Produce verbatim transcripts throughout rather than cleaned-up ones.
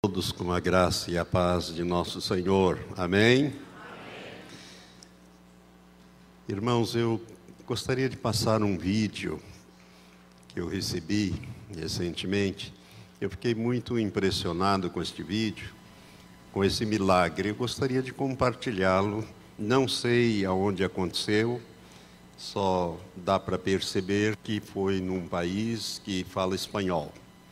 Todos com a graça e a paz de nosso Senhor. Amém? Amém. Irmãos, eu gostaria de passar um vídeo que eu recebi recentemente. Eu fiquei muito impressionado com este vídeo, com esse milagre. Eu gostaria de compartilhá-lo. Não sei aonde aconteceu, só dá para perceber que foi num país que fala espanhol.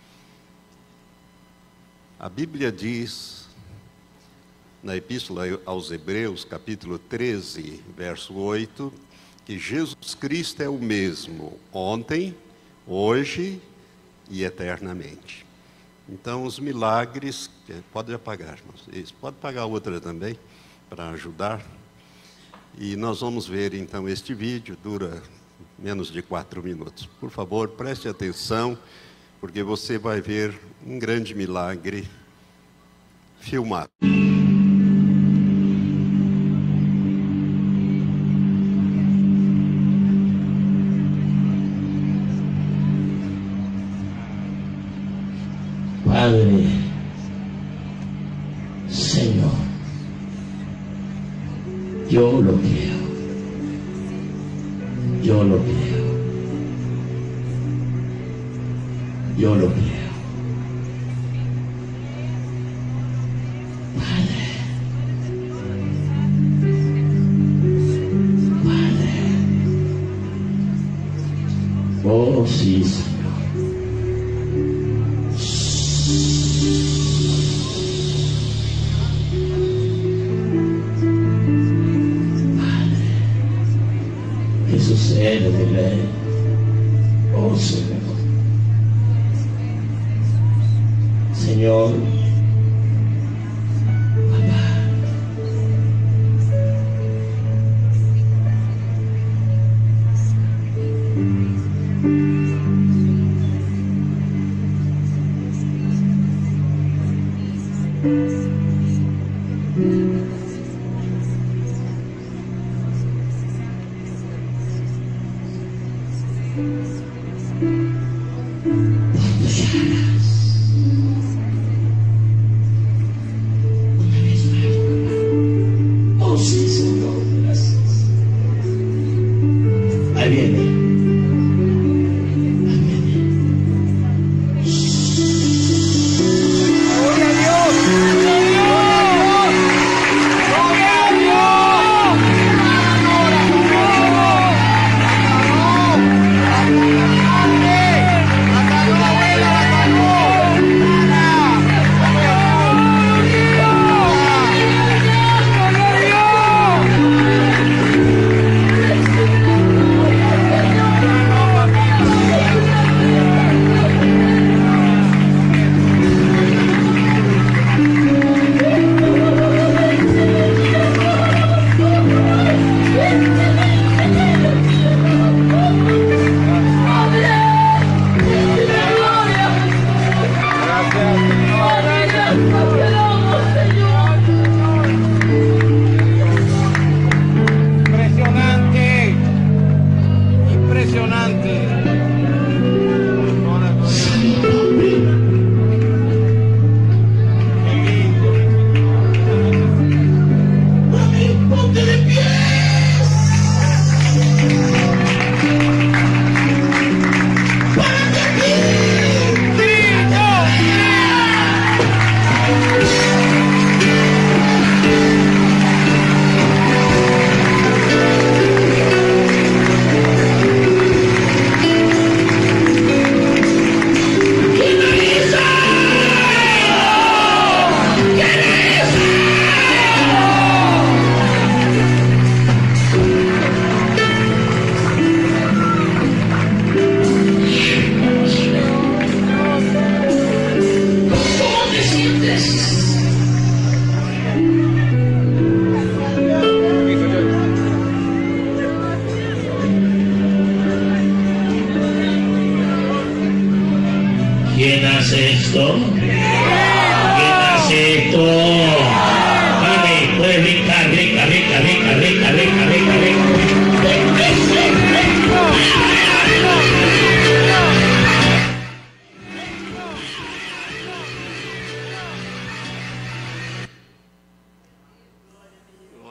A Bíblia diz, na Epístola aos Hebreus, capítulo treze, verso oito, que Jesus Cristo é o mesmo ontem, hoje e eternamente. Então, os milagres... Pode apagar, irmãos. Isso. Pode apagar a outra também, para ajudar. E nós vamos ver, então, este vídeo, dura menos de quatro minutos. Por favor, preste atenção, porque você vai ver um grande milagre filmado. Padre, Senhor, yo lo creo, yo lo creo, yo lo creo. Padre, Padre, oh sí, Señor. Sucede de ley, oh Señor, Señor, papá,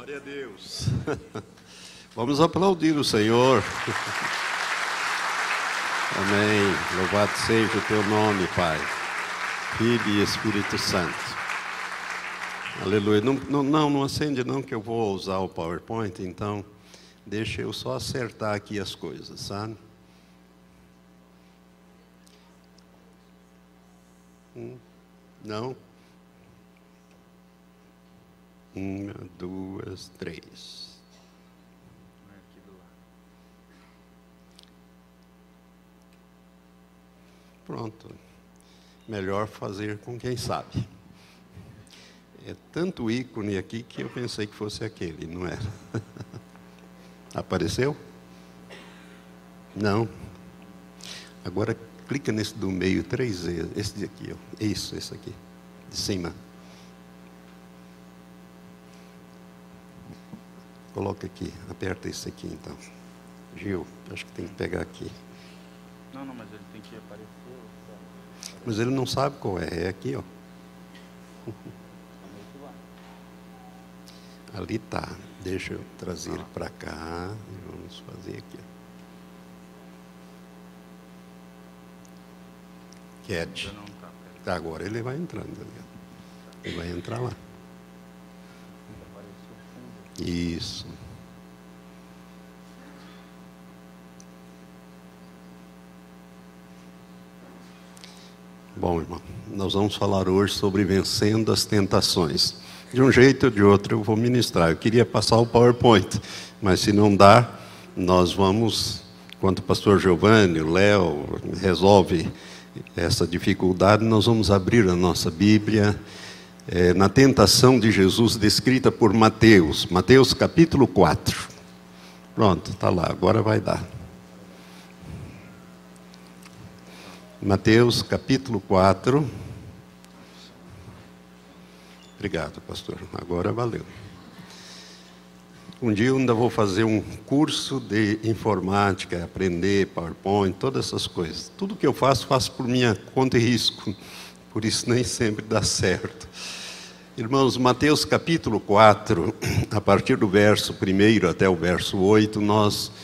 Glória a Deus. Vamos aplaudir o Senhor. Amém. Louvado seja o teu nome, Pai, Filho e Espírito Santo. Aleluia. Não, não, não, não acende não, que eu vou usar o PowerPoint, então deixa eu só acertar aqui as coisas, sabe? Hum, não? Uma, duas, três. Pronto. Melhor fazer com quem sabe. É tanto ícone aqui que eu pensei que fosse aquele, não era? Apareceu? Não. Agora clica nesse do meio três vezes. Esse de aqui, ó. Isso, esse aqui. De cima. Coloca aqui, aperta esse aqui então. Gil, acho que tem que pegar aqui. Não, não, mas ele tem que aparecer. Mas ele não sabe qual é, é aqui, ó. Ali tá. Deixa eu trazer ele para cá e vamos fazer aqui. Cat. Tá, agora ele vai entrando ali. Ele vai entrar lá. Isso. Bom, irmão, nós vamos falar hoje sobre vencendo as tentações. De um jeito ou de outro eu vou ministrar. Eu queria passar o PowerPoint, mas se não dá, nós vamos, enquanto o pastor Giovanni, o Léo, resolve essa dificuldade, nós vamos abrir a nossa Bíblia é, na tentação de Jesus descrita por Mateus, Mateus capítulo quatro. Pronto, está lá, agora vai dar. Mateus capítulo quatro. Obrigado, pastor. Agora valeu. Um dia eu ainda vou fazer um curso de informática, aprender PowerPoint, todas essas coisas. Tudo que eu faço, faço por minha conta e risco. Por isso nem sempre dá certo. Irmãos, Mateus capítulo quatro, a partir do verso primeiro até o verso oito, nós,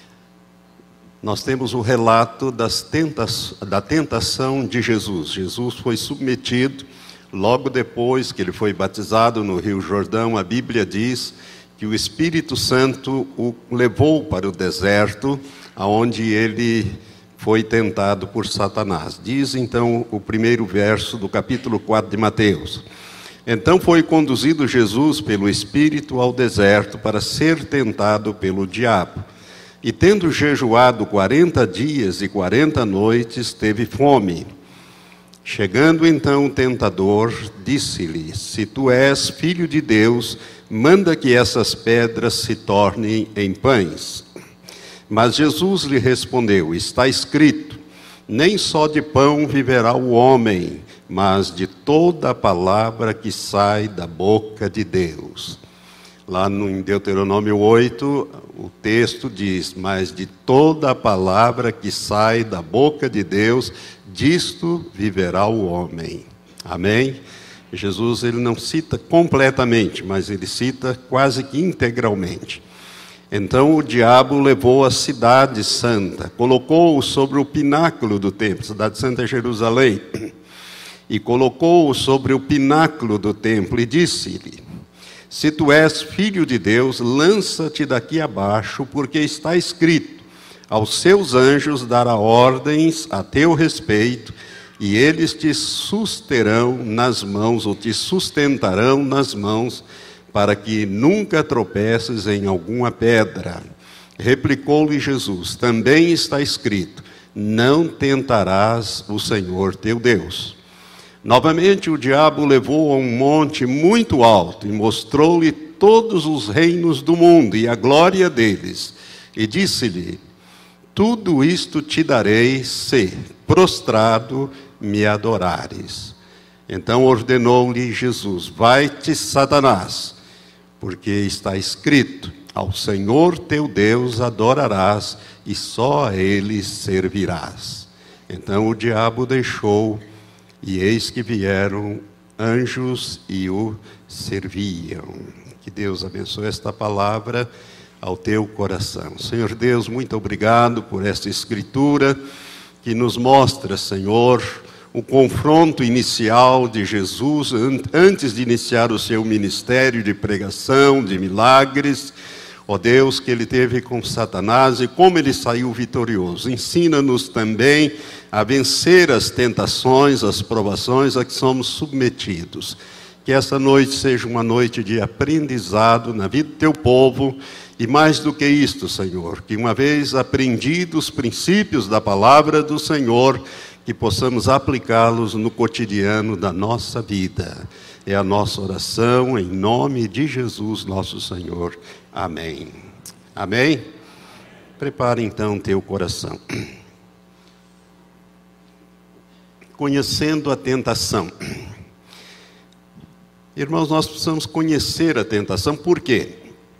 nós temos o relato das tenta, da tentação de Jesus. Jesus foi submetido, logo depois que ele foi batizado no Rio Jordão, a Bíblia diz que o Espírito Santo o levou para o deserto, aonde ele foi tentado por Satanás. Diz então o primeiro verso do capítulo quatro de Mateus. Então foi conduzido Jesus pelo Espírito ao deserto para ser tentado pelo diabo. E tendo jejuado quarenta dias e quarenta noites, teve fome. Chegando então o tentador, disse-lhe: se tu és filho de Deus, manda que essas pedras se tornem em pães. Mas Jesus lhe respondeu: está escrito, nem só de pão viverá o homem, mas de toda a palavra que sai da boca de Deus. Lá no, em Deuteronômio oito, o texto diz: mas de toda a palavra que sai da boca de Deus, disto viverá o homem. Amém? Jesus ele não cita completamente, mas ele cita quase que integralmente. Então o diabo levou a cidade santa, colocou-o sobre o pináculo do templo, cidade santa é Jerusalém, e colocou-o sobre o pináculo do templo e disse-lhe: se tu és filho de Deus, lança-te daqui abaixo, porque está escrito: aos seus anjos dará ordens a teu respeito, e eles te susterão nas mãos, ou te sustentarão nas mãos, para que nunca tropeces em alguma pedra. Replicou-lhe Jesus: também está escrito: não tentarás o Senhor teu Deus. Novamente o diabo o levou a um monte muito alto, e mostrou-lhe todos os reinos do mundo, e a glória deles, e disse-lhe: tudo isto te darei, se, prostrado, me adorares. Então ordenou-lhe Jesus: vai-te, Satanás, porque está escrito: ao Senhor teu Deus adorarás, e só a Ele servirás. Então o diabo deixou, e eis que vieram anjos e o serviam. Que Deus abençoe esta palavra ao teu coração. Senhor Deus, muito obrigado por esta escritura que nos mostra, Senhor, o confronto inicial de Jesus antes de iniciar o seu ministério de pregação, de milagres. Ó Deus, que ele teve com Satanás e como ele saiu vitorioso. Ensina-nos também a vencer as tentações, as provações a que somos submetidos. Que essa noite seja uma noite de aprendizado na vida do teu povo. E mais do que isto, Senhor, que uma vez aprendidos os princípios da palavra do Senhor, que possamos aplicá-los no cotidiano da nossa vida. É a nossa oração em nome de Jesus, nosso Senhor. Amém. Amém? Prepare então teu coração. Conhecendo a tentação. Irmãos, nós precisamos conhecer a tentação. Por quê?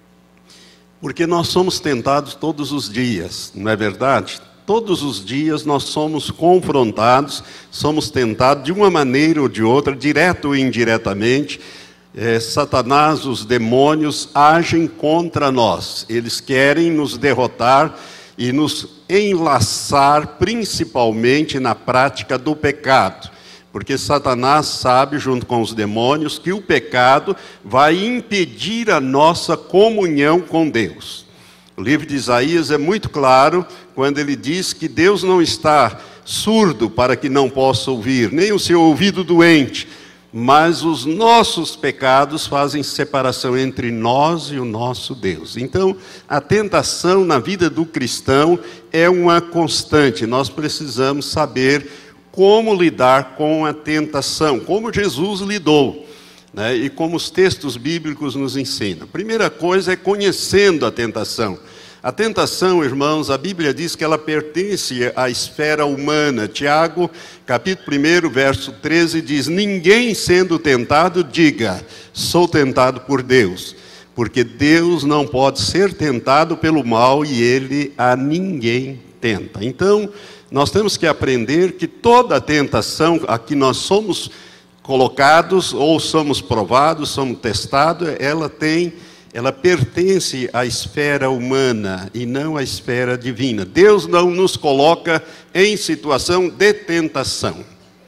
Porque nós somos tentados todos os dias, não é verdade? Todos os dias nós somos confrontados, somos tentados de uma maneira ou de outra, direto ou indiretamente. É, Satanás, os demônios agem contra nós. Eles querem nos derrotar e nos enlaçar, principalmente na prática do pecado. Porque Satanás sabe, junto com os demônios, que o pecado vai impedir a nossa comunhão com Deus. O livro de Isaías é muito claro quando ele diz que Deus não está surdo para que não possa ouvir, nem o seu ouvido doente, mas os nossos pecados fazem separação entre nós e o nosso Deus. Então, a tentação na vida do cristão é uma constante. Nós precisamos saber como lidar com a tentação, como Jesus lidou, né? E como os textos bíblicos nos ensinam. A primeira coisa é conhecendo a tentação. A tentação, irmãos, a Bíblia diz que ela pertence à esfera humana. Tiago, capítulo primeiro, verso treze, diz: ninguém sendo tentado, diga, sou tentado por Deus. Porque Deus não pode ser tentado pelo mal e ele a ninguém tenta. Então, nós temos que aprender que toda tentação a que nós somos colocados, ou somos provados, somos testados, ela tem, ela pertence à esfera humana e não à esfera divina. Deus não nos coloca em situação de tentação.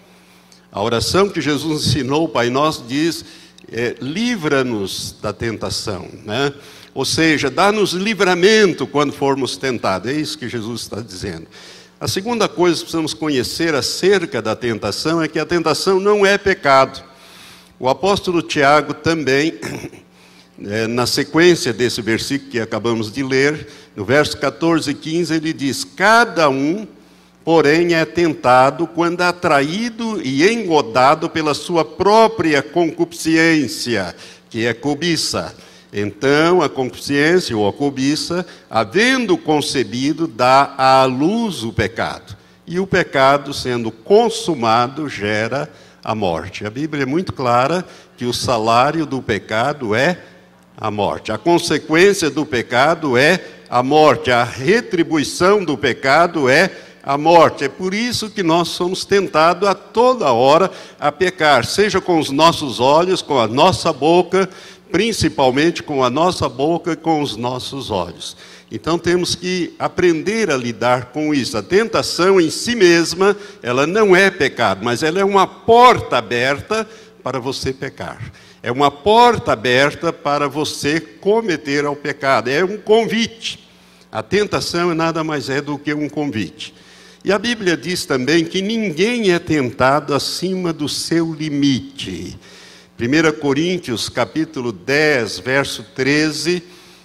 A oração que Jesus ensinou, o Pai Nosso, diz, é, livra-nos da tentação, né? Ou seja, dá-nos livramento quando formos tentados. É isso que Jesus está dizendo. A segunda coisa que precisamos conhecer acerca da tentação é que a tentação não é pecado. O apóstolo Tiago também, é, na sequência desse versículo que acabamos de ler, no verso catorze e quinze, ele diz: cada um, porém, é tentado quando atraído e engodado pela sua própria concupiscência, que é cobiça. Então, a concupiscência ou a cobiça, havendo concebido, dá à luz o pecado. E o pecado, sendo consumado, gera a morte. A Bíblia é muito clara que o salário do pecado é a morte. A consequência do pecado é a morte. A retribuição do pecado é a morte. É por isso que nós somos tentados a toda hora a pecar, seja com os nossos olhos, com a nossa boca, principalmente com a nossa boca e com os nossos olhos. Então temos que aprender a lidar com isso. A tentação em si mesma, ela não é pecado, mas ela é uma porta aberta para você pecar. É uma porta aberta para você cometer ao pecado. É um convite. A tentação nada mais é do que um convite. E a Bíblia diz também que ninguém é tentado acima do seu limite. primeira Coríntios, capítulo dez, verso treze,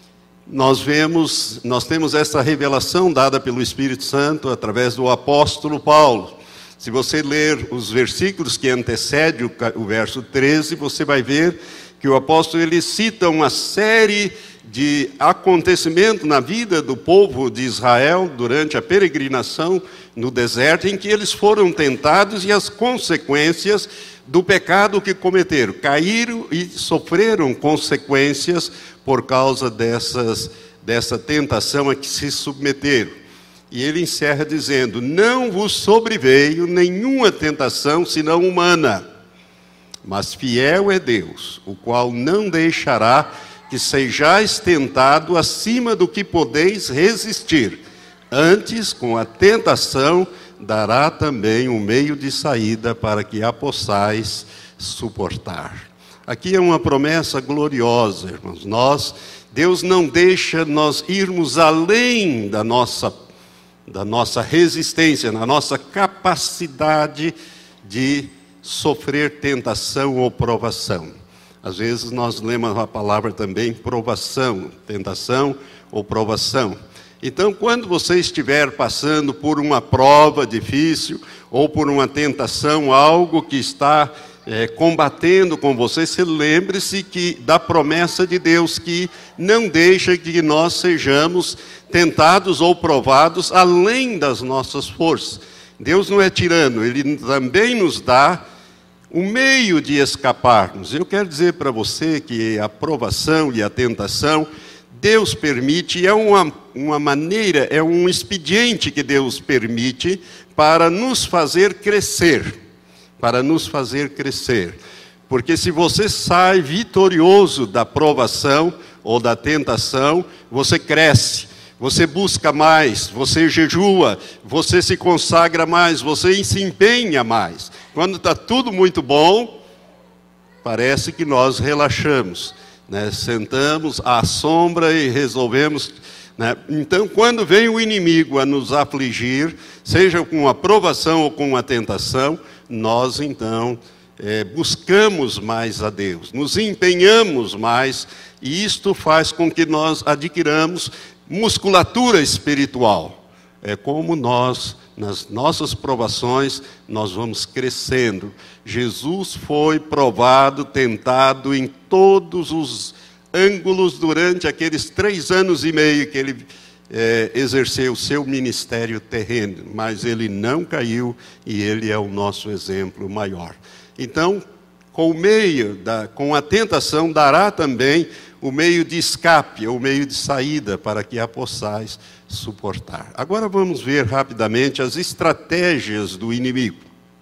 nós vemos, nós temos essa revelação dada pelo Espírito Santo através do apóstolo Paulo. Se você ler os versículos que antecedem o, o verso treze, você vai ver que o apóstolo ele cita uma série de acontecimentos na vida do povo de Israel durante a peregrinação no deserto, em que eles foram tentados e as consequências do pecado que cometeram. Caíram e sofreram consequências por causa dessas, dessa tentação a que se submeteram. E ele encerra dizendo: não vos sobreveio nenhuma tentação senão humana, mas fiel é Deus, o qual não deixará que sejais tentado acima do que podeis resistir. Antes, com a tentação, dará também um meio de saída para que a possais suportar. Aqui é uma promessa gloriosa, irmãos. Nós, Deus não deixa nós irmos além da nossa, da nossa resistência, na nossa capacidade de sofrer tentação ou provação. Às vezes nós lemos a palavra também provação, tentação ou provação. Então, quando você estiver passando por uma prova difícil ou por uma tentação, algo que está é, combatendo com você, se lembre-se que da promessa de Deus que não deixa que nós sejamos tentados ou provados além das nossas forças. Deus não é tirano, Ele também nos dá o meio de escaparmos. Eu quero dizer para você que a provação e a tentação, Deus permite, é uma, uma maneira, é um expediente que Deus permite para nos fazer crescer, para nos fazer crescer. Porque se você sai vitorioso da provação ou da tentação, você cresce. Você busca mais, você jejua, você se consagra mais, você se empenha mais. Quando está tudo muito bom, parece que nós relaxamos, né? Sentamos à sombra e resolvemos, né? Então, quando vem o inimigo a nos afligir, seja com uma provação ou com uma tentação, nós então é, buscamos mais a Deus, nos empenhamos mais, e isto faz com que nós adquiramos musculatura espiritual. É como nós, nas nossas provações, nós vamos crescendo. Jesus foi provado, tentado em todos os ângulos durante aqueles três anos e meio que ele é, exerceu o seu ministério terreno, mas ele não caiu e ele é o nosso exemplo maior. Então, com o meio, da, com a tentação, dará também o meio de escape, o meio de saída, para que a possais suportar. Agora vamos ver rapidamente as estratégias do inimigo.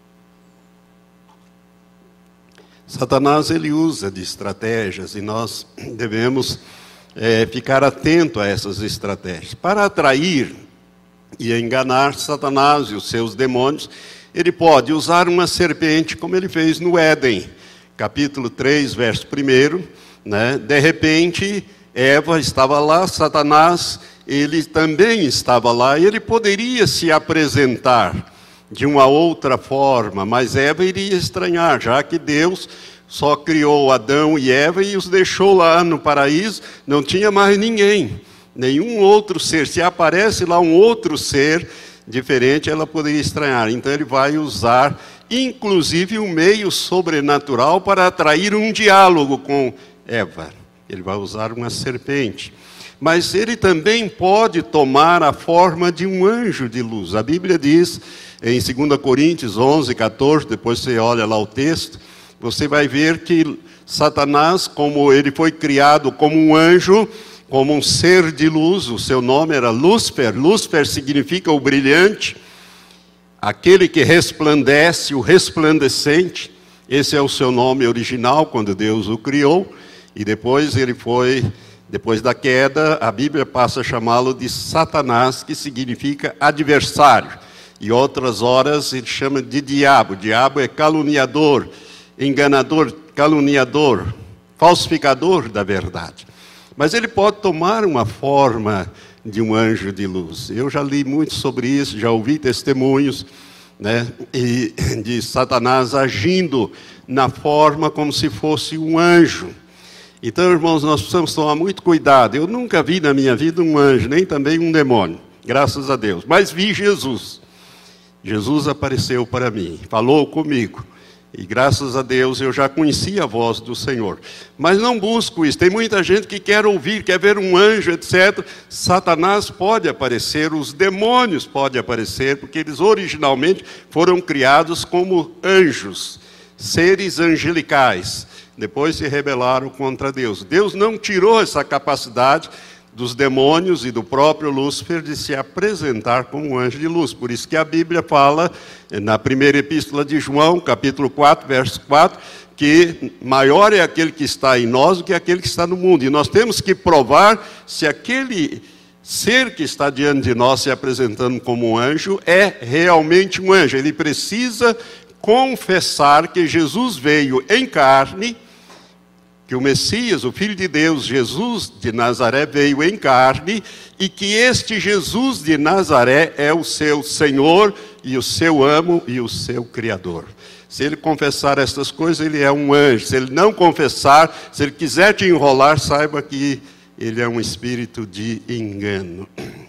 Satanás, ele usa de estratégias e nós devemos é, ficar atento a essas estratégias. Para atrair e enganar Satanás e os seus demônios, ele pode usar uma serpente, como ele fez no Éden, capítulo três, verso primeiro, né? De repente, Eva estava lá, Satanás, ele também estava lá, e ele poderia se apresentar de uma outra forma, mas Eva iria estranhar, já que Deus só criou Adão e Eva e os deixou lá no paraíso, não tinha mais ninguém, nenhum outro ser. Se aparece lá um outro ser diferente, ela poderia estranhar. Então ele vai usar, inclusive, um meio sobrenatural para atrair um diálogo com Eva. Ele vai usar uma serpente. Mas ele também pode tomar a forma de um anjo de luz. A Bíblia diz, em dois Coríntios onze, quatorze, depois você olha lá o texto, você vai ver que Satanás, como ele foi criado como um anjo, como um ser de luz, o seu nome era Lúcifer. Lúcifer significa o brilhante, aquele que resplandece, o resplandecente. Esse é o seu nome original, quando Deus o criou. E depois ele foi, depois da queda, a Bíblia passa a chamá-lo de Satanás, que significa adversário. E outras horas ele chama de diabo. Diabo é caluniador, enganador, caluniador, falsificador da verdade. Mas ele pode tomar uma forma de um anjo de luz. Eu já li muito sobre isso, já ouvi testemunhos, né, e de Satanás agindo na forma como se fosse um anjo. Então, irmãos, nós precisamos tomar muito cuidado. Eu nunca vi na minha vida um anjo, nem também um demônio, graças a Deus. Mas vi Jesus. Jesus apareceu para mim, falou comigo. E graças a Deus eu já conhecia a voz do Senhor. Mas não busco isso. Tem muita gente que quer ouvir, quer ver um anjo, etcétera. Satanás pode aparecer, os demônios podem aparecer, porque eles originalmente foram criados como anjos, seres angelicais. Depois se rebelaram contra Deus. Deus não tirou essa capacidade dos demônios e do próprio Lúcifer de se apresentar como um anjo de luz. Por isso que a Bíblia fala, na primeira epístola de João, capítulo quatro, verso quatro, que maior é aquele que está em nós do que aquele que está no mundo. E nós temos que provar se aquele ser que está diante de nós se apresentando como um anjo é realmente um anjo. Ele precisa confessar que Jesus veio em carne, que o Messias, o Filho de Deus, Jesus de Nazaré, veio em carne, e que este Jesus de Nazaré é o seu Senhor, e o seu amo, e o seu Criador. Se ele confessar estas coisas, ele é um anjo. Se ele não confessar, se ele quiser te enrolar, saiba que ele é um espírito de engano.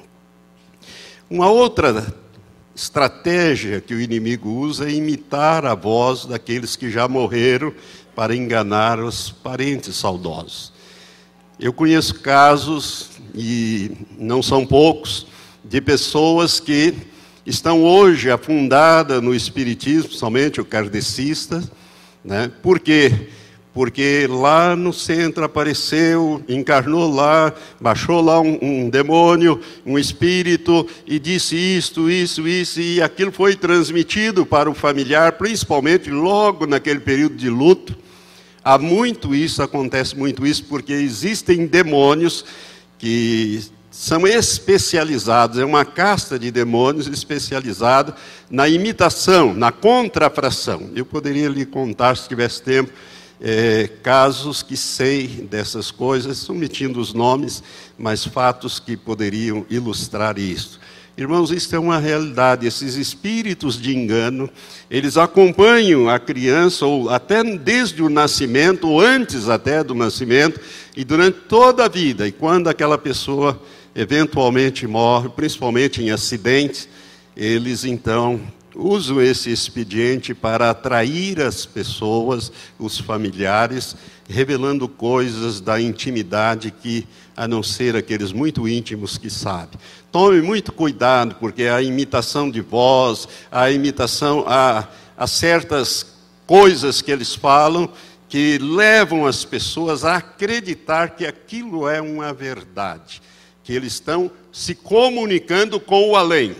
Uma outra estratégia que o inimigo usa é imitar a voz daqueles que já morreram para enganar os parentes saudosos. Eu conheço casos, e não são poucos, de pessoas que estão hoje afundadas no espiritismo, somente o kardecista, né? Por quê? Porque lá no centro apareceu, encarnou lá, baixou lá um, um demônio, um espírito, e disse isto, isso, isso, e aquilo foi transmitido para o familiar, principalmente logo naquele período de luto. Há muito isso, acontece muito isso, porque existem demônios que são especializados, é uma casta de demônios especializada na imitação, na contrafração. Eu poderia lhe contar, se tivesse tempo, É, casos que sei dessas coisas, omitindo os nomes, mas fatos que poderiam ilustrar isso. Irmãos, isso é uma realidade. Esses espíritos de engano, eles acompanham a criança, ou até desde o nascimento, ou antes até do nascimento, e durante toda a vida. E quando aquela pessoa eventualmente morre, principalmente em acidentes, eles então usam esse expediente para atrair as pessoas, os familiares, revelando coisas da intimidade que, a não ser aqueles muito íntimos que sabem. Tome muito cuidado, porque a imitação de voz, a imitação a, a certas coisas que eles falam, que levam as pessoas a acreditar que aquilo é uma verdade, que eles estão se comunicando com o além.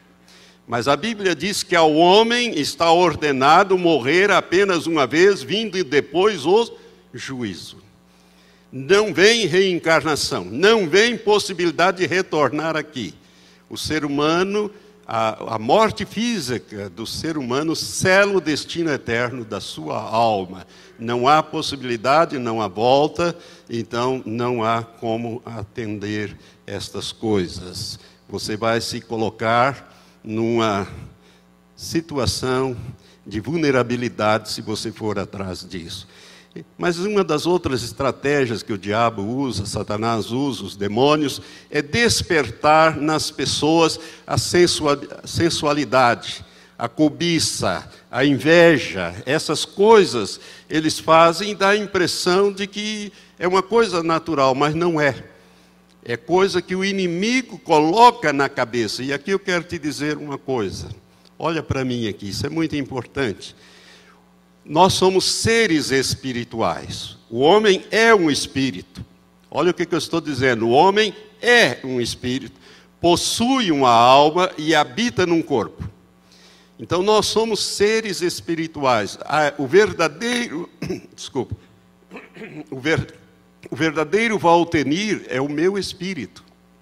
Mas a Bíblia diz que ao homem está ordenado morrer apenas uma vez, vindo depois o juízo. Não vem reencarnação, não vem possibilidade de retornar aqui. O ser humano, a, a morte física do ser humano sela o destino eterno da sua alma. Não há possibilidade, não há volta, então não há como atender estas coisas. Você vai se colocar numa situação de vulnerabilidade se você for atrás disso. Mas uma das outras estratégias que o diabo usa, Satanás usa, os demônios, é despertar nas pessoas a sensualidade, a cobiça, a inveja. Essas coisas eles fazem e dá a impressão de que é uma coisa natural, mas não é. É coisa que o inimigo coloca na cabeça. E aqui eu quero te dizer uma coisa. Olha para mim aqui, isso é muito importante. Nós somos seres espirituais. O homem é um espírito. Olha o que eu estou dizendo. O homem é um espírito, possui uma alma e habita num corpo. Então nós somos seres espirituais. O verdadeiro... Desculpa. O verdadeiro... O verdadeiro Valtenir é o meu espírito.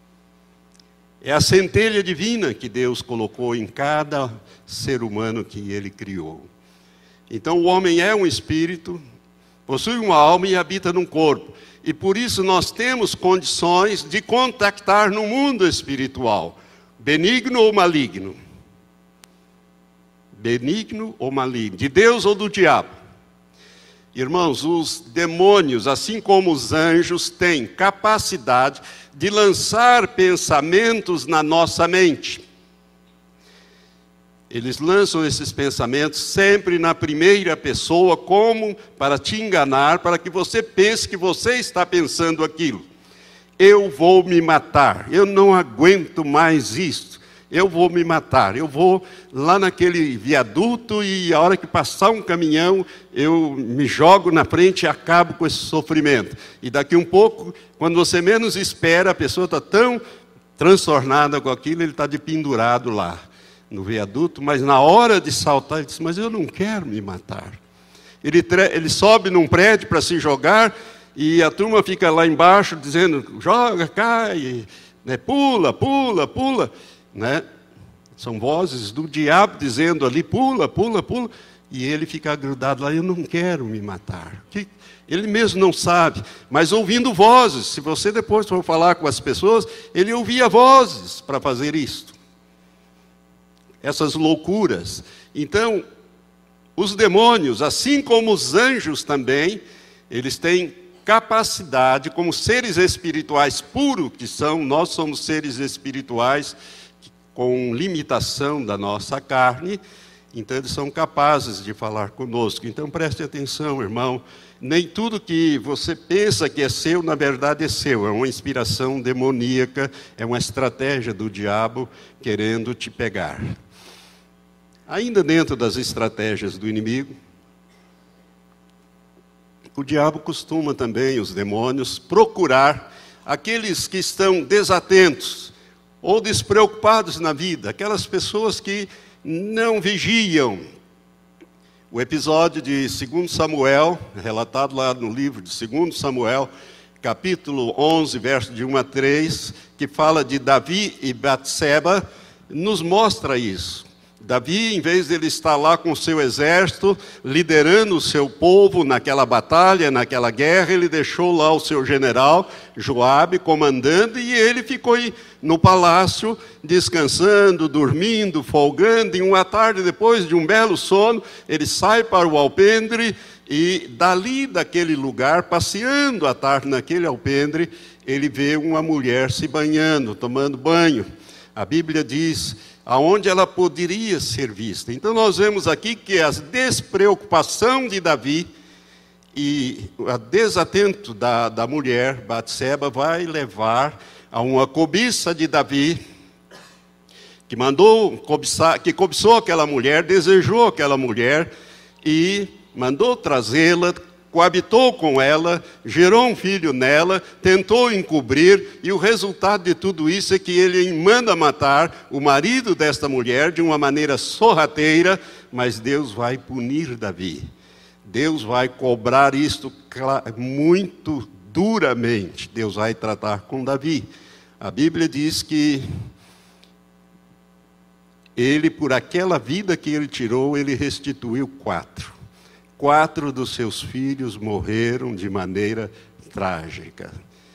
É a centelha divina que Deus colocou em cada ser humano que Ele criou. Então o homem é um espírito, possui uma alma e habita num corpo. E por isso nós temos condições de contactar no mundo espiritual, benigno ou maligno. Benigno ou maligno, de Deus ou do diabo. Irmãos, os demônios, assim como os anjos, têm capacidade de lançar pensamentos na nossa mente. Eles lançam esses pensamentos sempre na primeira pessoa, como para te enganar, para que você pense que você está pensando aquilo. Eu vou me matar, eu não aguento mais isto. Eu vou me matar, eu vou lá naquele viaduto e a hora que passar um caminhão, eu me jogo na frente e acabo com esse sofrimento. E daqui um pouco, quando você menos espera, a pessoa está tão transtornada com aquilo, ele está de pendurado lá no viaduto, mas na hora de saltar, ele diz, mas eu não quero me matar. Ele, tre- ele sobe num prédio para se jogar e a turma fica lá embaixo dizendo, joga, cai, né? Pula, pula, pula. Né? São vozes do diabo dizendo ali, pula, pula, pula. E ele fica grudado lá, eu não quero me matar. Que... Ele mesmo não sabe, mas ouvindo vozes. Se você depois for falar com as pessoas, ele ouvia vozes para fazer isto. Essas loucuras. Então, os demônios, assim como os anjos também, eles têm capacidade, como seres espirituais puros que são, nós somos seres espirituais com limitação da nossa carne, então eles são capazes de falar conosco. Então preste atenção, irmão, nem tudo que você pensa que é seu, na verdade é seu, é uma inspiração demoníaca, é uma estratégia do diabo querendo te pegar. Ainda dentro das estratégias do inimigo, o diabo costuma também, os demônios, procurar aqueles que estão desatentos ou despreocupados na vida, aquelas pessoas que não vigiam. O episódio de segundo Samuel, relatado lá no livro de segundo Samuel, capítulo onze, verso de um a três, que fala de Davi e Batseba, nos mostra isso. Davi, em vez de ele estar lá com o seu exército, liderando o seu povo naquela batalha, naquela guerra, ele deixou lá o seu general, Joabe, comandando, e ele ficou no palácio, descansando, dormindo, folgando, e uma tarde depois de um belo sono, ele sai para o alpendre, e dali daquele lugar, passeando à tarde naquele alpendre, ele vê uma mulher se banhando, tomando banho. A Bíblia diz aonde ela poderia ser vista. Então nós vemos aqui que a despreocupação de Davi e o desatento da, da mulher, Batseba, vai levar a uma cobiça de Davi, que mandou cobiçar, que cobiçou aquela mulher, desejou aquela mulher e mandou trazê-la, coabitou com ela, gerou um filho nela, tentou encobrir, e o resultado de tudo isso é que ele manda matar o marido desta mulher de uma maneira sorrateira, mas Deus vai punir Davi. Deus vai cobrar isto muito duramente. Deus vai tratar com Davi. A Bíblia diz que ele, por aquela vida que ele tirou, ele restituiu quatro. Quatro dos seus filhos morreram de maneira trágica.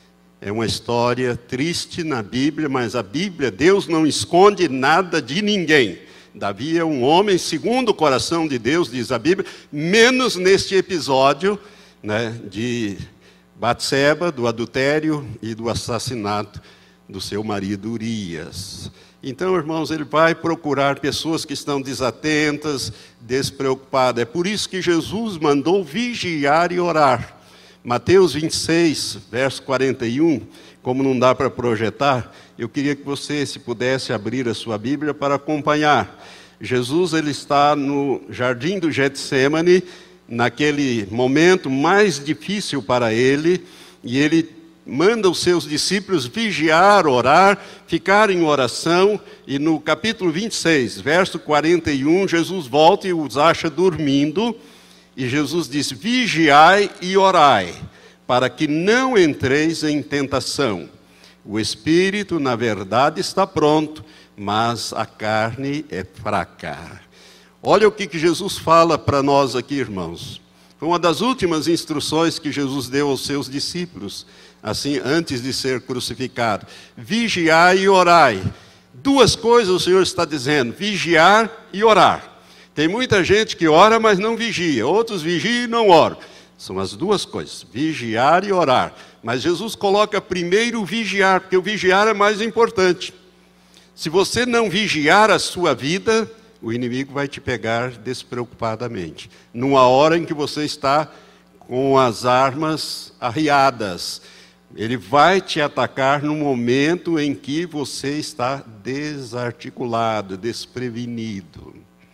É uma história triste na Bíblia, mas a Bíblia, Deus não esconde nada de ninguém. Davi é um homem segundo o coração de Deus, diz a Bíblia, menos neste episódio, né, de Batseba, do adultério e do assassinato do seu marido Urias. Então, irmãos, ele vai procurar pessoas que estão desatentas, despreocupadas. É por isso que Jesus mandou vigiar e orar. Mateus vinte e seis, verso quarenta e um, como não dá para projetar, eu queria que você, se pudesse, abrir a sua Bíblia para acompanhar. Jesus, ele está no jardim do Getsêmani, naquele momento mais difícil para ele, e ele manda os seus discípulos vigiar, orar, ficar em oração, e no capítulo vinte e seis, verso quarenta e um, Jesus volta e os acha dormindo, e Jesus diz, vigiai e orai, para que não entreis em tentação. O espírito, na verdade, está pronto, mas a carne é fraca. Olha o que, que Jesus fala para nós aqui, irmãos. Foi uma das últimas instruções que Jesus deu aos seus discípulos, assim, antes de ser crucificado. Vigiai e orai. Duas coisas o Senhor está dizendo, vigiar e orar. Tem muita gente que ora, mas não vigia. Outros vigiam e não oram. São as duas coisas, vigiar e orar. Mas Jesus coloca primeiro o vigiar, porque o vigiar é mais importante. Se você não vigiar a sua vida, o inimigo vai te pegar despreocupadamente. Numa hora em que você está com as armas arriadas. Ele vai te atacar no momento em que você está desarticulado, desprevenido.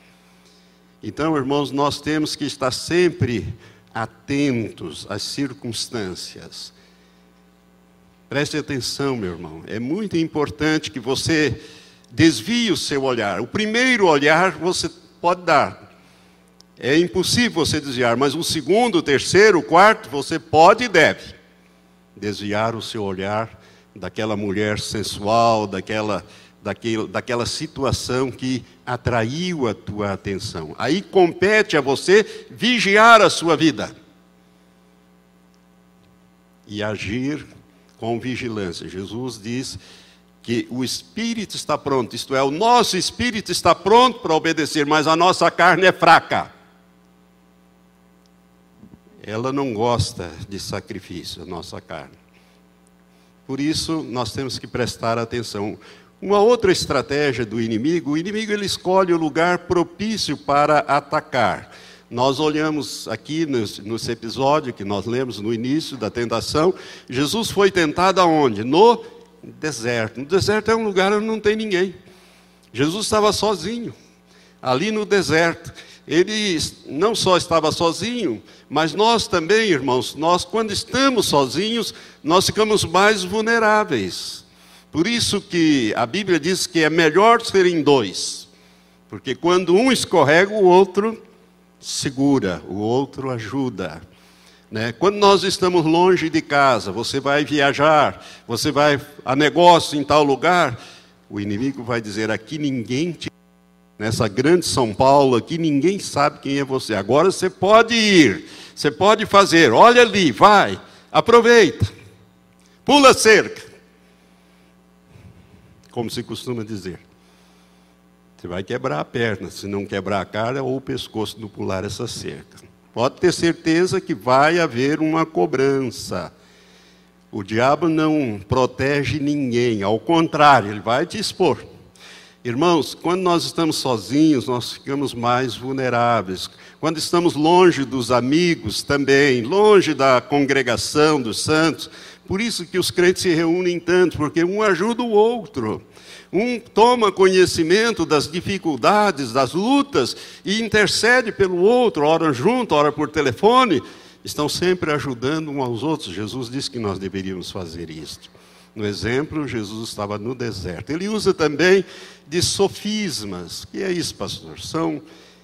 Então, irmãos, nós temos que estar sempre atentos às circunstâncias. Preste atenção, meu irmão. É muito importante que você desvie o seu olhar. O primeiro olhar você pode dar. É impossível você desviar, mas o segundo, o terceiro, o quarto, você pode e deve desviar o seu olhar daquela mulher sensual, daquela, daquele, daquela situação que atraiu a tua atenção. Aí compete a você vigiar a sua vida e agir com vigilância. Jesus diz que o espírito está pronto, isto é, o nosso espírito está pronto para obedecer, mas a nossa carne é fraca. Ela não gosta de sacrifício, a nossa carne. Por isso, nós temos que prestar atenção. Uma outra estratégia do inimigo, o inimigo ele escolhe o lugar propício para atacar. Nós olhamos aqui nesse, nesse episódio que nós lemos no início da tentação, Jesus foi tentado aonde? No deserto. No deserto é um lugar onde não tem ninguém. Jesus estava sozinho, ali no deserto. Ele não só estava sozinho, mas nós também, irmãos, nós quando estamos sozinhos, nós ficamos mais vulneráveis. Por isso que a Bíblia diz que é melhor serem dois, porque quando um escorrega, o outro segura, o outro ajuda. Né? Quando nós estamos longe de casa, você vai viajar, você vai a negócio em tal lugar, o inimigo vai dizer, aqui ninguém te... Nessa grande São Paulo aqui, ninguém sabe quem é você. Agora você pode ir, você pode fazer, olha ali, vai, aproveita, pula a cerca. Como se costuma dizer. Você vai quebrar a perna, se não quebrar a cara ou o pescoço no pular essa cerca. Pode ter certeza que vai haver uma cobrança. O diabo não protege ninguém, ao contrário, ele vai te expor. Irmãos, quando nós estamos sozinhos, nós ficamos mais vulneráveis. Quando estamos longe dos amigos também, longe da congregação dos santos. Por isso que os crentes se reúnem tanto, porque um ajuda o outro. Um toma conhecimento das dificuldades, das lutas, e intercede pelo outro, ora junto, ora por telefone. Estão sempre ajudando uns aos outros. Jesus disse que nós deveríamos fazer isto. No exemplo, Jesus estava no deserto. Ele usa também de sofismas. O que é isso, pastor? São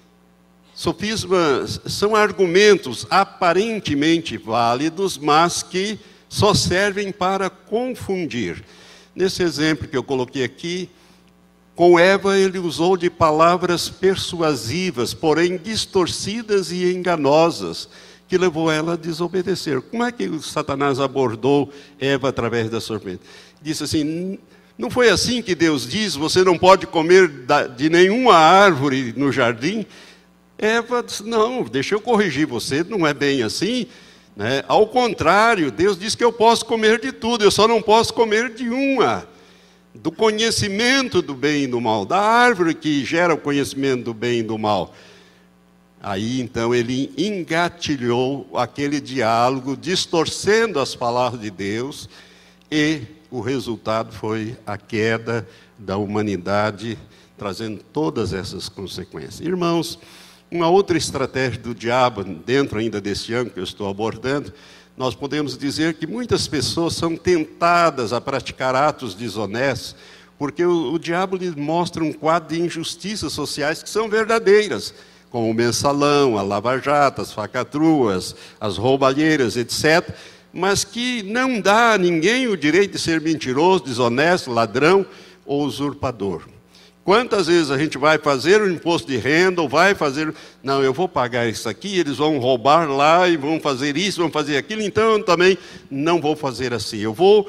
sofismas, são argumentos aparentemente válidos, mas que só servem para confundir. Nesse exemplo que eu coloquei aqui, com Eva ele usou de palavras persuasivas, porém distorcidas e enganosas, que levou ela a desobedecer. Como é que o Satanás abordou Eva através da serpente? Disse assim, não foi assim que Deus diz, você não pode comer de nenhuma árvore no jardim? Eva disse, não, deixa eu corrigir você, não é bem assim. Né? Ao contrário, Deus diz que eu posso comer de tudo, eu só não posso comer de uma. Do conhecimento do bem e do mal, da árvore que gera o conhecimento do bem e do mal. Aí, então, ele engatilhou aquele diálogo, distorcendo as palavras de Deus, e o resultado foi a queda da humanidade, trazendo todas essas consequências. Irmãos, uma outra estratégia do diabo, dentro ainda deste âmbito que eu estou abordando, nós podemos dizer que muitas pessoas são tentadas a praticar atos desonestos, porque o, o diabo lhes mostra um quadro de injustiças sociais que são verdadeiras, como o mensalão, a lava-jato, as facatruas, as roubalheiras, etcétera, mas que não dá a ninguém o direito de ser mentiroso, desonesto, ladrão ou usurpador. Quantas vezes a gente vai fazer o imposto de renda, ou vai fazer... Não, eu vou pagar isso aqui, eles vão roubar lá, e vão fazer isso, vão fazer aquilo, então eu também não vou fazer assim. Eu vou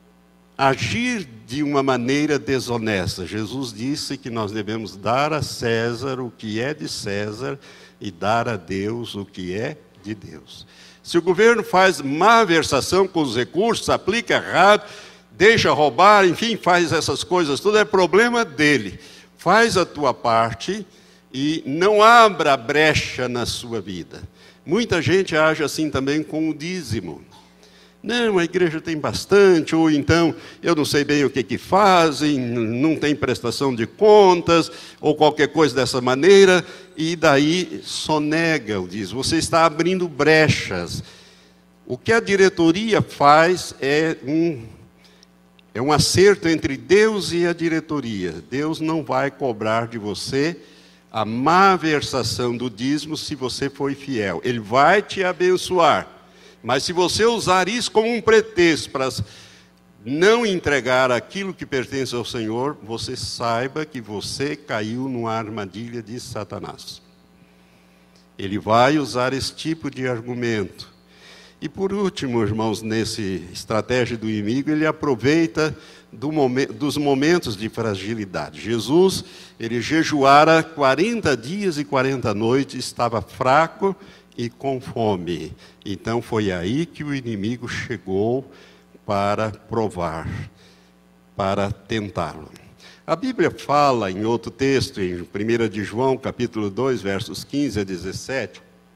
agir de uma maneira desonesta. Jesus disse que nós devemos dar a César o que é de César e dar a Deus o que é de Deus. Se o governo faz má versação com os recursos, aplica errado, deixa roubar, enfim, faz essas coisas, tudo é problema dele. Faz a tua parte e não abra brecha na sua vida. Muita gente age assim também com o dízimo. Não, a igreja tem bastante, ou então, eu não sei bem o que que fazem, não tem prestação de contas, ou qualquer coisa dessa maneira, e daí sonega o dízimo. Você está abrindo brechas. O que a diretoria faz é um, é um acerto entre Deus e a diretoria. Deus não vai cobrar de você a malversação do dízimo se você for fiel. Ele vai te abençoar. Mas se você usar isso como um pretexto para não entregar aquilo que pertence ao Senhor, você saiba que você caiu numa armadilha de Satanás. Ele vai usar esse tipo de argumento. E por último, irmãos, nesse estratégia do inimigo, ele aproveita do momento, dos momentos de fragilidade. Jesus, ele jejuara quarenta dias e quarenta noites, estava fraco e com fome. Então foi aí que o inimigo chegou para provar, para tentá-lo. A Bíblia fala em outro texto, em primeira de João, capítulo dois, versos quinze a dezessete.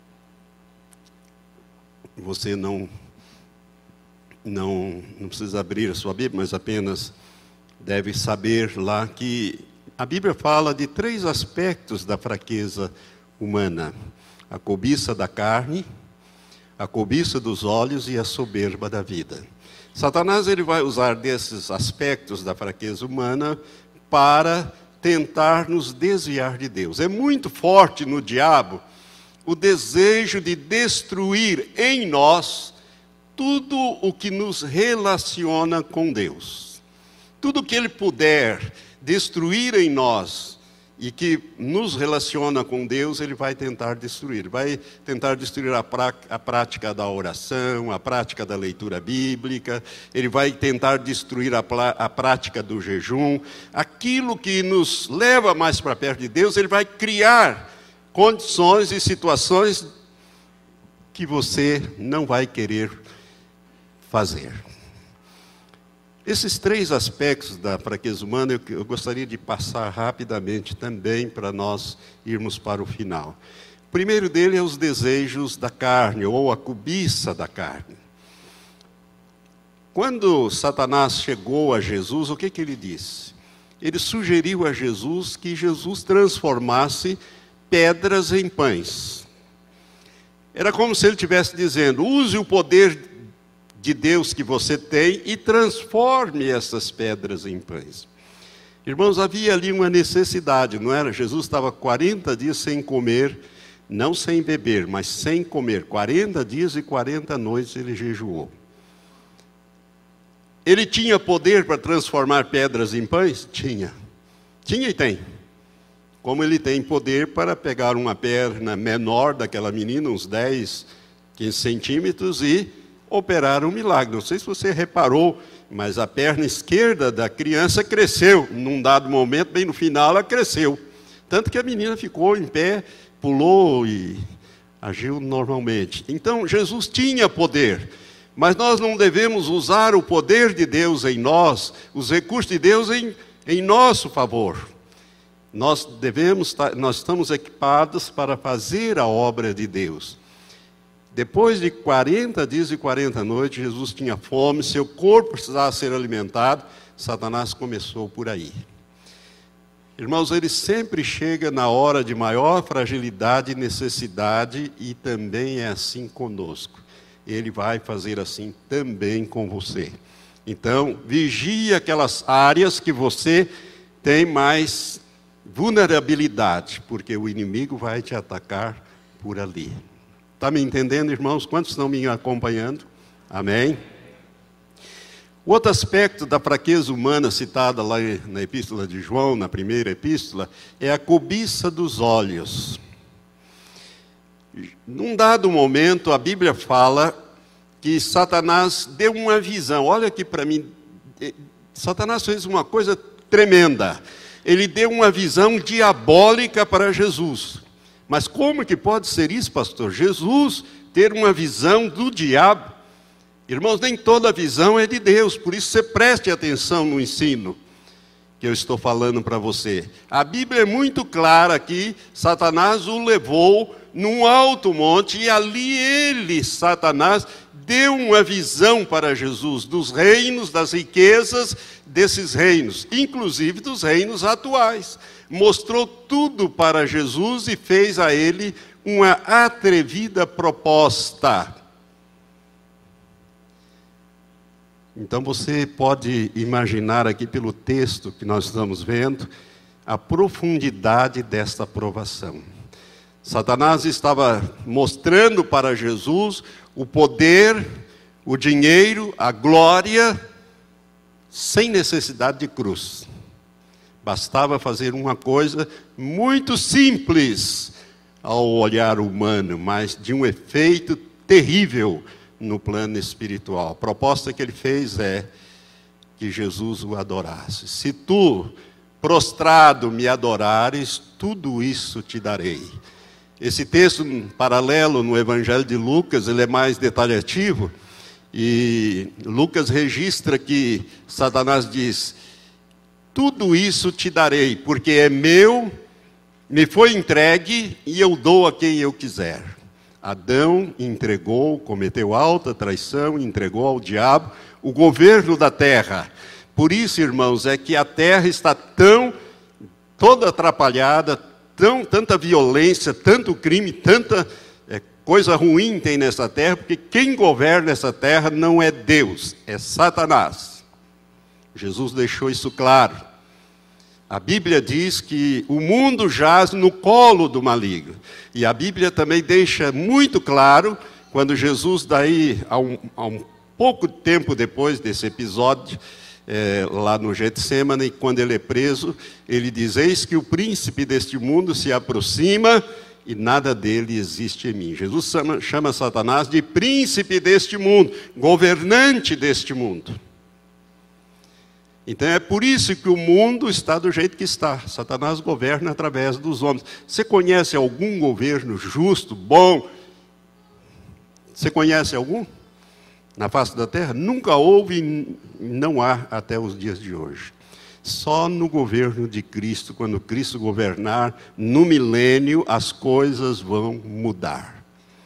Você não, não, não precisa abrir a sua Bíblia, mas apenas deve saber lá que a Bíblia fala de três aspectos da fraqueza humana: a cobiça da carne, a cobiça dos olhos e a soberba da vida. Satanás ele vai usar desses aspectos da fraqueza humana para tentar nos desviar de Deus. É muito forte no diabo o desejo de destruir em nós tudo o que nos relaciona com Deus. Tudo que ele puder destruir em nós e que nos relaciona com Deus, ele vai tentar destruir. Vai tentar destruir a, pra, a prática da oração, a prática da leitura bíblica, ele vai tentar destruir a, a prática do jejum. Aquilo que nos leva mais para perto de Deus, ele vai criar condições e situações que você não vai querer fazer. Esses três aspectos da fraqueza humana eu, eu gostaria de passar rapidamente também para nós irmos para o final. O primeiro dele é os desejos da carne, ou a cobiça da carne. Quando Satanás chegou a Jesus, o que, que ele disse? Ele sugeriu a Jesus que Jesus transformasse pedras em pães. Era como se ele estivesse dizendo: use o poder de Deus que você tem e transforme essas pedras em pães. Irmãos, havia ali uma necessidade, não era? Jesus estava quarenta dias sem comer, não sem beber, mas sem comer. quarenta dias e quarenta noites ele jejuou. Ele tinha poder para transformar pedras em pães? Tinha. Tinha e tem. Como ele tem poder para pegar uma perna menor daquela menina, uns dez, quinze centímetros, e operar um milagre. Não sei se você reparou, mas a perna esquerda da criança cresceu. Num dado momento, bem no final, ela cresceu. Tanto que a menina ficou em pé, pulou e agiu normalmente. Então, Jesus tinha poder. Mas nós não devemos usar o poder de Deus em nós, os recursos de Deus em, em nosso favor. Nós devemos, nós estamos equipados para fazer a obra de Deus. Depois de quarenta dias e quarenta noites, Jesus tinha fome, seu corpo precisava ser alimentado, Satanás começou por aí. Irmãos, ele sempre chega na hora de maior fragilidade e necessidade, e também é assim conosco. Ele vai fazer assim também com você. Então, vigie aquelas áreas que você tem mais vulnerabilidade, porque o inimigo vai te atacar por ali. Está me entendendo, irmãos? Quantos estão me acompanhando? Amém? O outro aspecto da fraqueza humana citada lá na epístola de João, na primeira epístola, é a cobiça dos olhos. Num dado momento, a Bíblia fala que Satanás deu uma visão. Olha aqui para mim, Satanás fez uma coisa tremenda. Ele deu uma visão diabólica para Jesus. Mas como que pode ser isso, pastor? Jesus ter uma visão do diabo? Irmãos, nem toda visão é de Deus, por isso você preste atenção no ensino que eu estou falando para você. A Bíblia é muito clara que Satanás o levou num alto monte e ali ele, Satanás, deu uma visão para Jesus dos reinos, das riquezas desses reinos, inclusive dos reinos atuais. Mostrou tudo para Jesus e fez a ele uma atrevida proposta. Então você pode imaginar aqui pelo texto que nós estamos vendo, a profundidade desta provação. Satanás estava mostrando para Jesus o poder, o dinheiro, a glória, sem necessidade de cruz. Bastava fazer uma coisa muito simples ao olhar humano, mas de um efeito terrível no plano espiritual. A proposta que ele fez é que Jesus o adorasse. Se tu, prostrado, me adorares, tudo isso te darei. Esse texto paralelo no Evangelho de Lucas, ele é mais detalhativo, e Lucas registra que Satanás diz: tudo isso te darei, porque é meu, me foi entregue e eu dou a quem eu quiser. Adão entregou, cometeu alta traição, entregou ao diabo o governo da terra. Por isso, irmãos, é que a terra está tão, toda atrapalhada, tão, tanta violência, tanto crime, tanta é, coisa ruim tem nessa terra, porque quem governa essa terra não é Deus, é Satanás. Jesus deixou isso claro. A Bíblia diz que o mundo jaz no colo do maligno. E a Bíblia também deixa muito claro, quando Jesus, daí, há um, há um pouco tempo depois desse episódio, é, lá no Getsemane, quando ele é preso, ele diz: eis que o príncipe deste mundo se aproxima e nada dele existe em mim. Jesus chama, chama Satanás de príncipe deste mundo, governante deste mundo. Então é por isso que o mundo está do jeito que está. Satanás governa através dos homens. Você conhece algum governo justo, bom? Você conhece algum? Na face da terra? Nunca houve e não há até os dias de hoje. Só no governo de Cristo, quando Cristo governar, no milênio, as coisas vão mudar.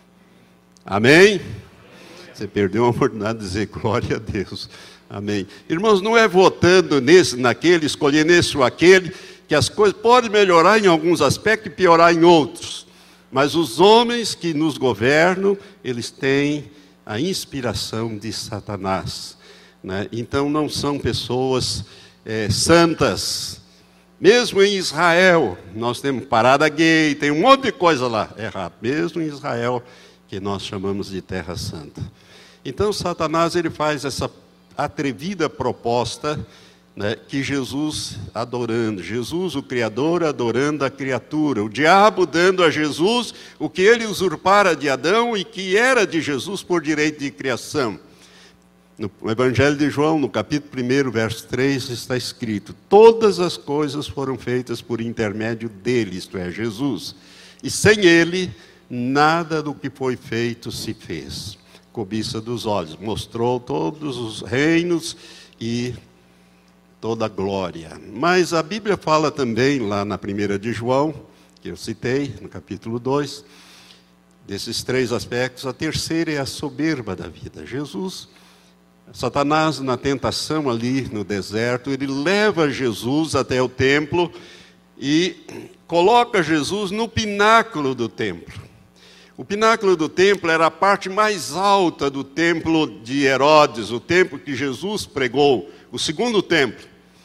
Amém? Você perdeu a oportunidade de dizer glória a Deus. Amém. Irmãos, não é votando nesse, naquele, escolhendo esse ou aquele, que as coisas podem melhorar em alguns aspectos e piorar em outros. Mas os homens que nos governam, eles têm a inspiração de Satanás, né? Então não são pessoas é, santas. Mesmo em Israel, nós temos parada gay, tem um monte de coisa lá errado. Mesmo em Israel, que nós chamamos de Terra Santa. Então Satanás, ele faz essa atrevida proposta, né, que Jesus adorando, Jesus o Criador adorando a criatura, o diabo dando a Jesus o que ele usurpara de Adão e que era de Jesus por direito de criação. No Evangelho de João, no capítulo primeiro, verso três, está escrito: todas as coisas foram feitas por intermédio dele, isto é, Jesus, e sem ele, nada do que foi feito se fez. Cobiça dos olhos, mostrou todos os reinos e toda a glória. Mas a Bíblia fala também, lá na primeira de João, que eu citei, no capítulo dois, desses três aspectos. A terceira é a soberba da vida. Jesus, Satanás, na tentação ali no deserto, ele leva Jesus até o templo e coloca Jesus no pináculo do templo. O pináculo do templo era a parte mais alta do templo de Herodes, o templo que Jesus pregou, o segundo templo.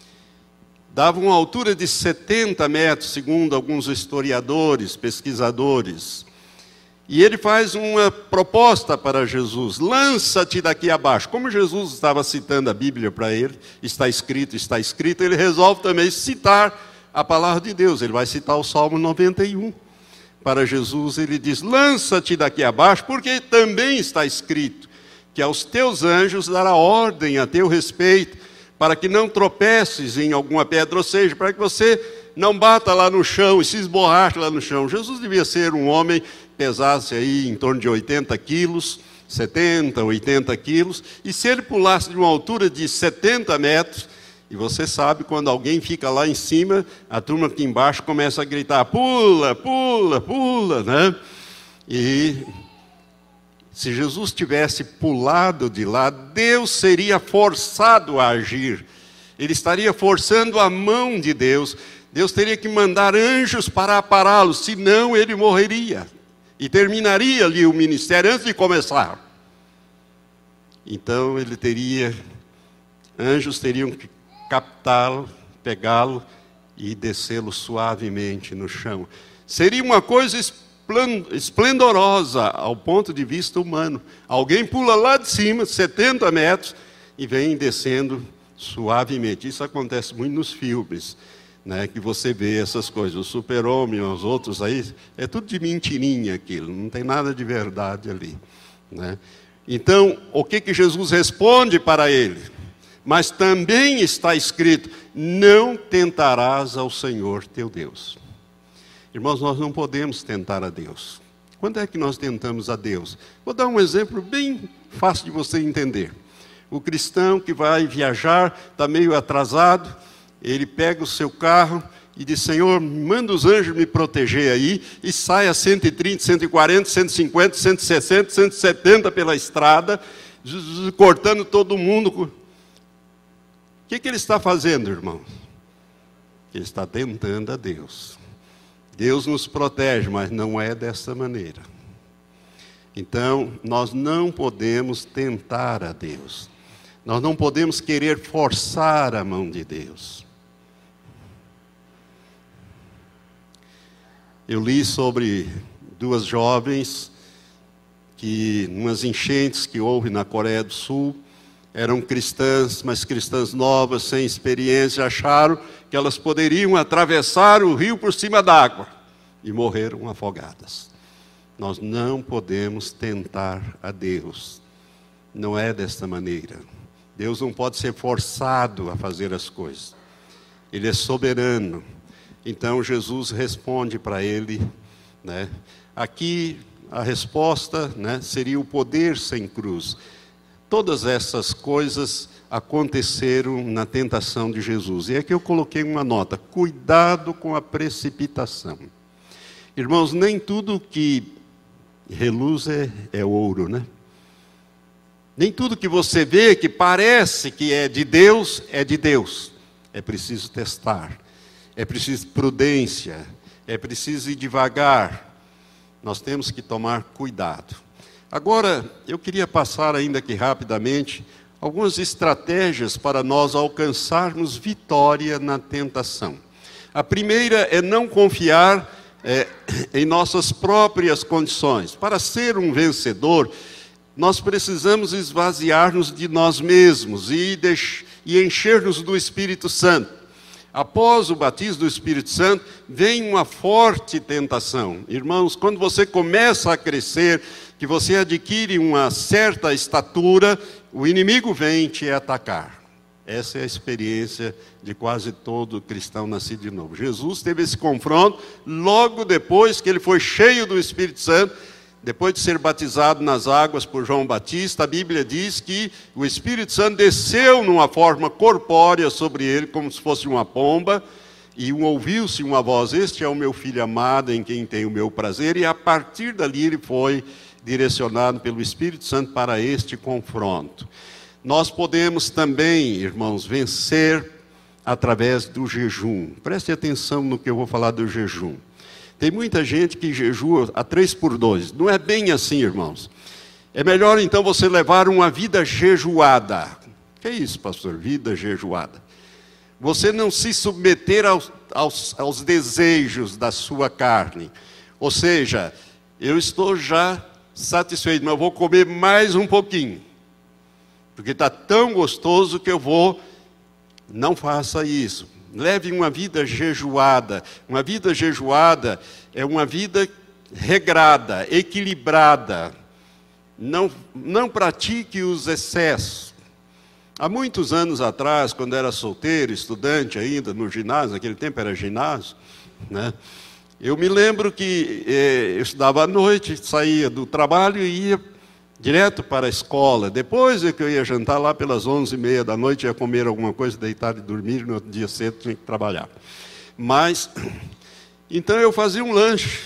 Dava uma altura de setenta metros, segundo alguns historiadores, pesquisadores. E ele faz uma proposta para Jesus: lança-te daqui abaixo. Como Jesus estava citando a Bíblia para ele, está escrito, está escrito, ele resolve também citar a palavra de Deus. Ele vai citar o Salmo noventa e um. Para Jesus, ele diz: lança-te daqui abaixo, porque também está escrito que aos teus anjos dará ordem a teu respeito, para que não tropeces em alguma pedra, ou seja, para que você não bata lá no chão e se esborrache lá no chão. Jesus devia ser um homem que pesasse aí em torno de oitenta quilos, setenta, oitenta quilos, e se ele pulasse de uma altura de setenta metros, e você sabe, quando alguém fica lá em cima, a turma aqui embaixo começa a gritar: pula, pula, pula, né? E se Jesus tivesse pulado de lá, Deus seria forçado a agir. Ele estaria forçando a mão de Deus. Deus teria que mandar anjos para pará-lo, senão ele morreria. E terminaria ali o ministério antes de começar. Então ele teria, anjos teriam que captá-lo, pegá-lo e descê-lo suavemente no chão. Seria uma coisa esplendorosa ao ponto de vista humano. Alguém pula lá de cima, setenta metros, e vem descendo suavemente. Isso acontece muito nos filmes, né, que você vê essas coisas. O Super-Homem, os outros aí, é tudo de mentirinha aquilo, não tem nada de verdade ali, né? Então, o que que Jesus responde para ele? Mas também está escrito, não tentarás ao Senhor teu Deus. Irmãos, nós não podemos tentar a Deus. Quando é que nós tentamos a Deus? Vou dar um exemplo bem fácil de você entender. O cristão que vai viajar, está meio atrasado, ele pega o seu carro e diz, Senhor, manda os anjos me proteger aí, e sai a cento e trinta, cento e quarenta, cento e cinquenta, cento e sessenta, cento e setenta pela estrada, cortando todo mundo. O que que ele está fazendo, irmão? Ele está tentando a Deus. Deus nos protege, mas não é dessa maneira. Então, nós não podemos tentar a Deus. Nós não podemos querer forçar a mão de Deus. Eu li sobre duas jovens que, umas enchentes que houve na Coreia do Sul, eram cristãs, mas cristãs novas, sem experiência, acharam que elas poderiam atravessar o rio por cima d'água e morreram afogadas. Nós não podemos tentar a Deus. Não é desta maneira. Deus não pode ser forçado a fazer as coisas. Ele é soberano. Então Jesus responde para ele, né? Aqui a resposta, né, seria o poder sem cruz. Todas essas coisas aconteceram na tentação de Jesus. E aqui eu coloquei uma nota, cuidado com a precipitação. Irmãos, nem tudo que reluz é, é ouro, né? Nem tudo que você vê que parece que é de Deus, é de Deus. É preciso testar. É preciso prudência, é preciso ir devagar. Nós temos que tomar cuidado. Agora, eu queria passar ainda aqui rapidamente algumas estratégias para nós alcançarmos vitória na tentação. A primeira é não confiar é, em nossas próprias condições. Para ser um vencedor, nós precisamos esvaziar-nos de nós mesmos e, e encher-nos do Espírito Santo. Após o batismo do Espírito Santo, vem uma forte tentação. Irmãos, quando você começa a crescer, que você adquire uma certa estatura, o inimigo vem te atacar. Essa é a experiência de quase todo cristão nascido de novo. Jesus teve esse confronto logo depois que ele foi cheio do Espírito Santo. Depois de ser batizado nas águas por João Batista, a Bíblia diz que o Espírito Santo desceu numa forma corpórea sobre ele, como se fosse uma pomba, e ouviu-se uma voz, este é o meu filho amado, em quem tenho o meu prazer, e a partir dali ele foi direcionado pelo Espírito Santo para este confronto. Nós podemos também, irmãos, vencer através do jejum. Preste atenção no que eu vou falar do jejum. Tem muita gente que jejua a três por dois. Não é bem assim, irmãos. É melhor, então, você levar uma vida jejuada. O que é isso, pastor? Vida jejuada. Você não se submeter aos, aos, aos desejos da sua carne. Ou seja, eu estou já satisfeito, mas eu vou comer mais um pouquinho. Porque está tão gostoso que eu vou... Não faça isso. Leve uma vida jejuada. Uma vida jejuada é uma vida regrada, equilibrada. Não, não pratique os excessos. Há muitos anos atrás, quando era solteiro, estudante ainda, no ginásio, naquele tempo era ginásio, né? Eu me lembro que eh, eu estudava à noite, saía do trabalho e ia direto para a escola. Depois é que eu ia jantar lá pelas onze e meia da noite, ia comer alguma coisa, deitar e dormir, no outro dia cedo tinha que trabalhar. Mas, então eu fazia um lanche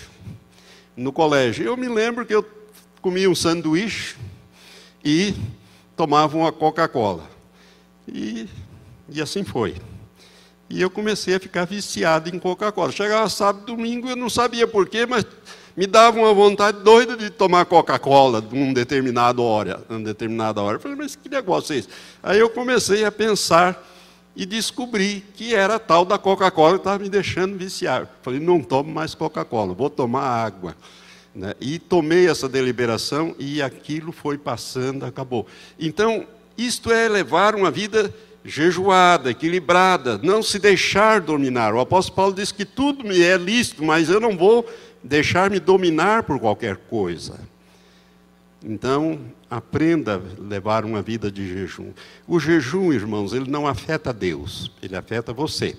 no colégio. Eu me lembro que eu comia um sanduíche e tomava uma Coca-Cola. E, e assim foi. E eu comecei a ficar viciado em Coca-Cola. Chegava sábado, domingo, eu não sabia porquê, mas me dava uma vontade doida de tomar Coca-Cola num determinado hora, numa determinada hora. Eu falei, mas que negócio é esse? Aí eu comecei a pensar e descobri que era a tal da Coca-Cola que estava me deixando viciar. Falei, não tomo mais Coca-Cola, vou tomar água. Né? E tomei essa deliberação e aquilo foi passando, acabou. Então, isto é levar uma vida jejuada, equilibrada, não se deixar dominar. O apóstolo Paulo diz que tudo me é lícito, mas eu não vou deixar-me dominar por qualquer coisa. Então, aprenda a levar uma vida de jejum. O jejum, irmãos, ele não afeta Deus, ele afeta você.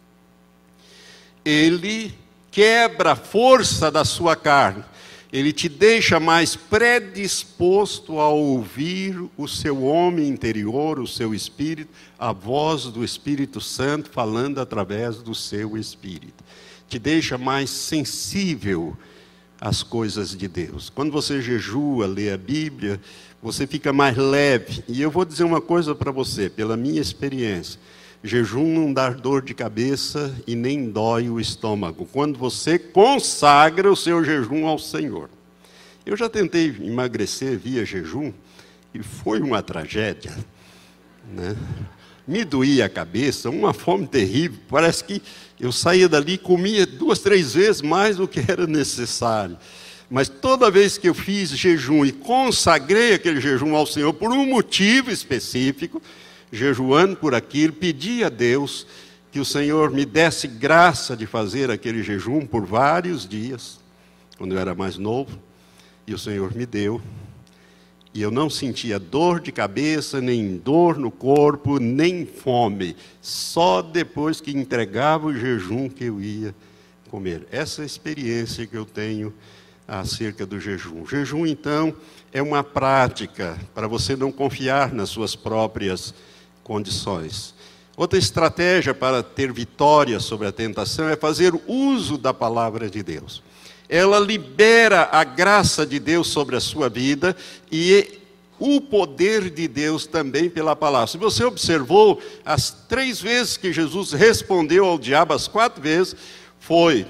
Ele quebra a força da sua carne. Ele te deixa mais predisposto a ouvir o seu homem interior, o seu espírito, a voz do Espírito Santo falando através do seu espírito. Te deixa mais sensível às coisas de Deus. Quando você jejua, lê a Bíblia, você fica mais leve. E eu vou dizer uma coisa para você, pela minha experiência. Jejum não dá dor de cabeça e nem dói o estômago, quando você consagra o seu jejum ao Senhor. Eu já tentei emagrecer via jejum e foi uma tragédia, né? Me doía a cabeça, uma fome terrível, parece que eu saía dali e comia duas, três vezes mais do que era necessário. Mas toda vez que eu fiz jejum e consagrei aquele jejum ao Senhor por um motivo específico, jejuando por aquilo, pedi a Deus que o Senhor me desse graça de fazer aquele jejum por vários dias, quando eu era mais novo, e o Senhor me deu. E eu não sentia dor de cabeça, nem dor no corpo, nem fome. Só depois que entregava o jejum que eu ia comer. Essa é a experiência que eu tenho acerca do jejum. O jejum, então, é uma prática para você não confiar nas suas próprias condições. Outra estratégia para ter vitória sobre a tentação é fazer uso da palavra de Deus. Ela libera a graça de Deus sobre a sua vida e o poder de Deus também pela palavra. Se você observou, as três vezes que Jesus respondeu ao diabo, as quatro vezes, foi,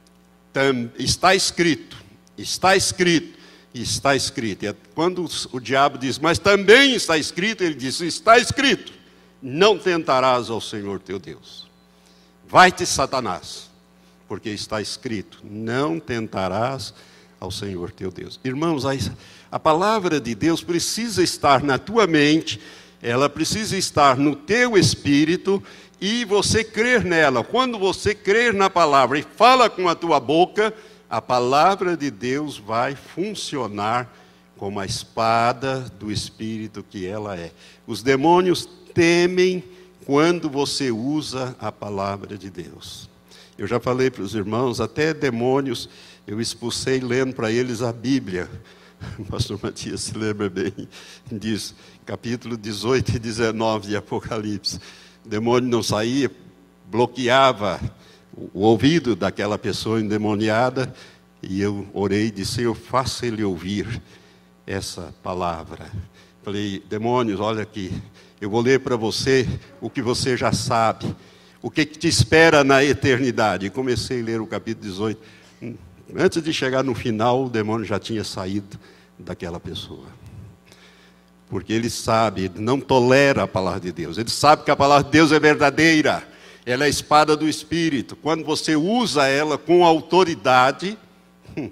está escrito, está escrito, está escrito. E quando o diabo diz, mas também está escrito, ele diz, está escrito, não tentarás ao Senhor teu Deus. Vai-te, Satanás. Porque está escrito, não tentarás ao Senhor teu Deus. Irmãos, a, a palavra de Deus precisa estar na tua mente, ela precisa estar no teu espírito, e você crer nela. Quando você crer na palavra e fala com a tua boca, a palavra de Deus vai funcionar como a espada do Espírito que ela é. Os demônios temem quando você usa a palavra de Deus. Eu já falei para os irmãos, até demônios eu expulsei lendo para eles a Bíblia. O pastor Matias se lembra bem disso. Capítulo dezoito e dezenove de Apocalipse. O demônio não saía, bloqueava o ouvido daquela pessoa endemoniada. E eu orei e disse, Senhor, faça ele ouvir essa palavra. Falei, demônios, olha aqui, eu vou ler para você o que você já sabe. O que, que te espera na eternidade? E comecei a ler o capítulo dezoito. Antes de chegar no final, o demônio já tinha saído daquela pessoa. Porque ele sabe, ele não tolera a palavra de Deus. Ele sabe que a palavra de Deus é verdadeira. Ela é a espada do Espírito. Quando você usa ela com autoridade, hum,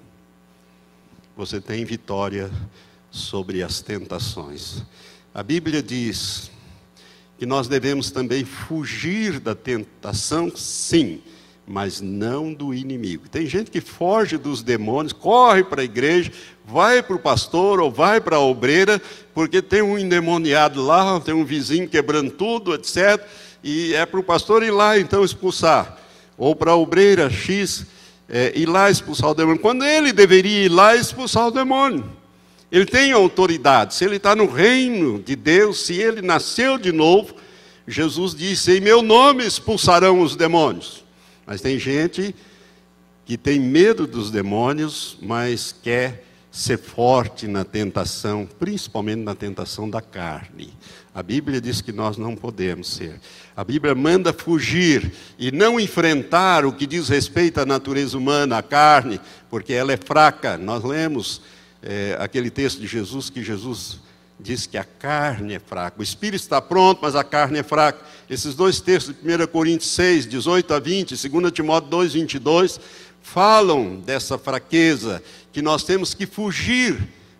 você tem vitória sobre as tentações. A Bíblia diz que nós devemos também fugir da tentação, sim, mas não do inimigo. Tem gente que foge dos demônios, corre para a igreja, vai para o pastor ou vai para a obreira, porque tem um endemoniado lá, tem um vizinho quebrando tudo, etcétera. E é para o pastor ir lá então expulsar, ou para a obreira X, é, ir lá expulsar o demônio, quando ele deveria ir lá expulsar o demônio. Ele tem autoridade, se ele está no reino de Deus, se ele nasceu de novo, Jesus disse, em meu nome expulsarão os demônios. Mas tem gente que tem medo dos demônios, mas quer ser forte na tentação, principalmente na tentação da carne. A Bíblia diz que nós não podemos ser. A Bíblia manda fugir e não enfrentar o que diz respeito à natureza humana, à carne, porque ela é fraca. Nós lemos É, aquele texto de Jesus, que Jesus diz que a carne é fraca. O espírito está pronto, mas a carne é fraca. Esses dois textos de primeira Coríntios seis, dezoito a vinte, segunda Timóteo dois, vinte e dois, falam dessa fraqueza, que nós temos que fugir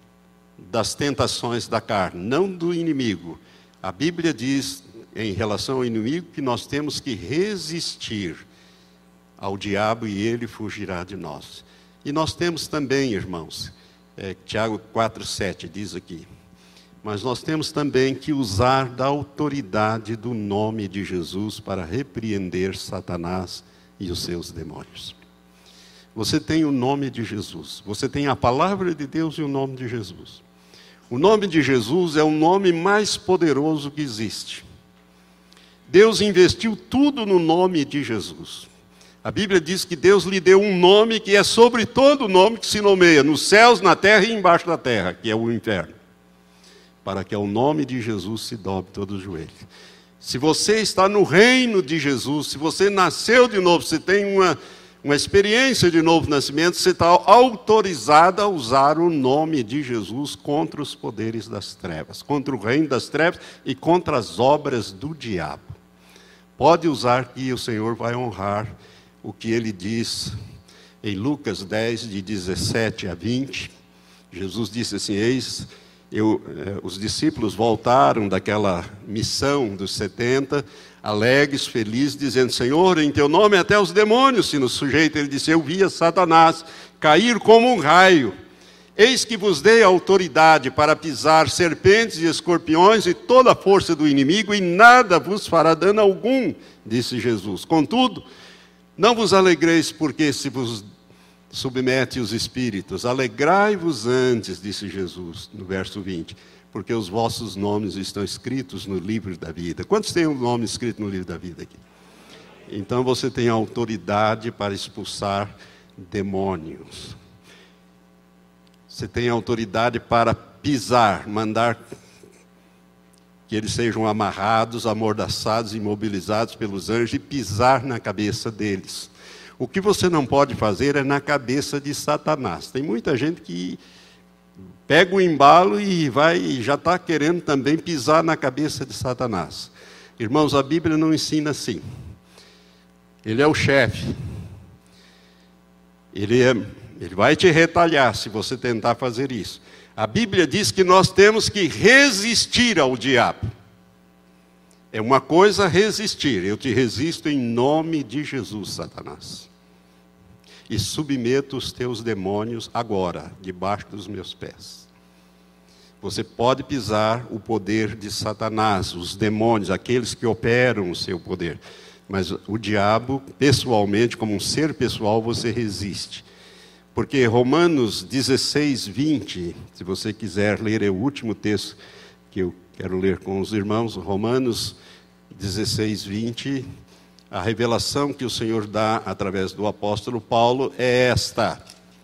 das tentações da carne, não do inimigo. A Bíblia diz, em relação ao inimigo, que nós temos que resistir ao diabo e ele fugirá de nós. E nós temos também, irmãos, é, Tiago quatro, sete diz aqui, mas nós temos também que usar da autoridade do nome de Jesus para repreender Satanás e os seus demônios. Você tem o nome de Jesus, você tem a palavra de Deus e o nome de Jesus. O nome de Jesus é o nome mais poderoso que existe. Deus investiu tudo no nome de Jesus. A Bíblia diz que Deus lhe deu um nome que é sobre todo nome que se nomeia, nos céus, na terra e embaixo da terra, que é o inferno. Para que ao nome de Jesus se dobre todo o joelho. Se você está no reino de Jesus, se você nasceu de novo, você tem uma, uma experiência de novo nascimento, você está autorizado a usar o nome de Jesus contra os poderes das trevas, contra o reino das trevas e contra as obras do diabo. Pode usar que o Senhor vai honrar o que ele diz em Lucas dez, de dezessete a vinte. Jesus disse assim, eis... Eu, eh, os discípulos voltaram daquela missão dos setenta, alegres, felizes, dizendo, Senhor, em teu nome até os demônios se nos sujeitam. Ele disse, eu via Satanás cair como um raio. Eis que vos dei autoridade para pisar serpentes e escorpiões e toda a força do inimigo, e nada vos fará dano algum, disse Jesus. Contudo, não vos alegreis porque se vos submete os espíritos, alegrai-vos antes, disse Jesus, no verso vinte, porque os vossos nomes estão escritos no livro da vida. Quantos têm o um nome escrito no livro da vida aqui? Então você tem autoridade para expulsar demônios. Você tem autoridade para pisar, mandar que eles sejam amarrados, amordaçados, imobilizados pelos anjos e pisar na cabeça deles. O que você não pode fazer é na cabeça de Satanás. Tem muita gente que pega o embalo e vai e já está querendo também pisar na cabeça de Satanás. Irmãos, a Bíblia não ensina assim. Ele é o chefe. Ele, é, ele vai te retalhar se você tentar fazer isso. A Bíblia diz que nós temos que resistir ao diabo. É uma coisa resistir. Eu te resisto em nome de Jesus, Satanás. E submeto os teus demônios agora, debaixo dos meus pés. Você pode pisar o poder de Satanás, os demônios, aqueles que operam o seu poder. Mas o diabo, pessoalmente, como um ser pessoal, você resiste. Porque Romanos dezesseis, vinte, se você quiser ler, é o último texto que eu quero ler com os irmãos, Romanos dezesseis, vinte, a revelação que o Senhor dá através do apóstolo Paulo é esta.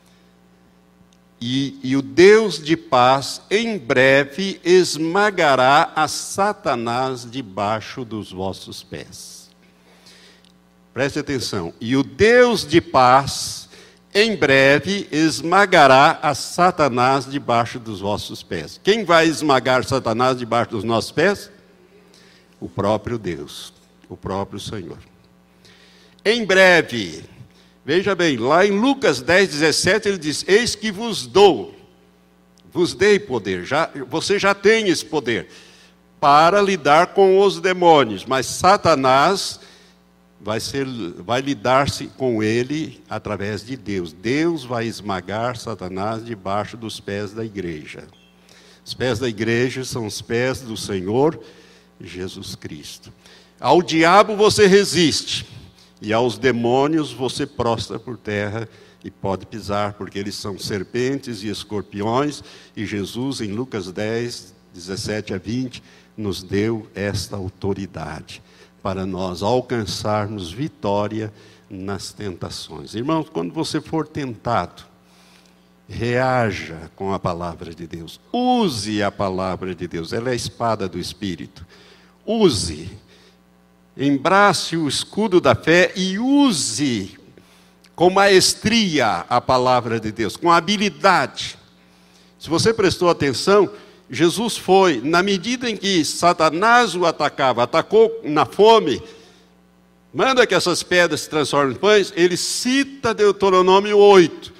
E, e o Deus de paz, em breve, esmagará a Satanás debaixo dos vossos pés. Preste atenção. E o Deus de paz, em breve, esmagará a Satanás debaixo dos vossos pés. Quem vai esmagar Satanás debaixo dos nossos pés? O próprio Deus, o próprio Senhor. Em breve, veja bem, lá em Lucas dez, dezessete, ele diz, eis que vos dou, vos dei poder, já, você já tem esse poder, para lidar com os demônios, mas Satanás vai, ser, vai lidar-se com ele através de Deus. Deus vai esmagar Satanás debaixo dos pés da igreja. Os pés da igreja são os pés do Senhor Jesus Cristo. Ao diabo você resiste, e aos demônios você prostra por terra e pode pisar, porque eles são serpentes e escorpiões, e Jesus, em Lucas dez, dezessete a vinte, nos deu esta autoridade, para nós alcançarmos vitória nas tentações. Irmãos, quando você for tentado, reaja com a palavra de Deus, use a palavra de Deus, ela é a espada do Espírito. Use, embrace o escudo da fé e use com maestria a palavra de Deus, com habilidade. Se você prestou atenção, Jesus foi, na medida em que Satanás o atacava, atacou na fome, manda que essas pedras se transformem em pães, ele cita Deuteronômio oito.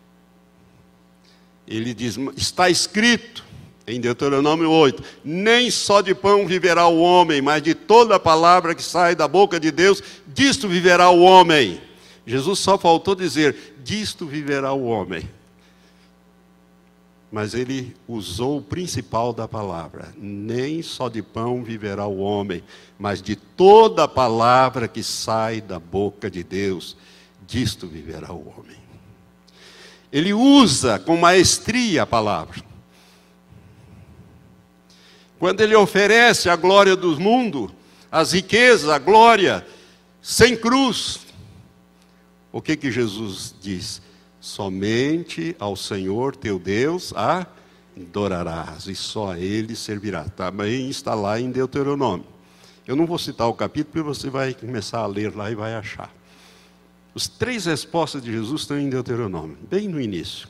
Ele diz, está escrito em Deuteronômio oito, nem só de pão viverá o homem, mas de toda a palavra que sai da boca de Deus, disto viverá o homem. Jesus só faltou dizer, disto viverá o homem. Mas ele usou o principal da palavra, nem só de pão viverá o homem, mas de toda a palavra que sai da boca de Deus, disto viverá o homem. Ele usa com maestria a palavra. Quando ele oferece a glória do mundo, as riquezas, a glória, sem cruz, o que que Jesus diz? Somente ao Senhor teu Deus adorarás, e só a Ele servirá. Também está lá em Deuteronômio. Eu não vou citar o capítulo, porque você vai começar a ler lá e vai achar. As três respostas de Jesus estão em Deuteronômio, bem no início.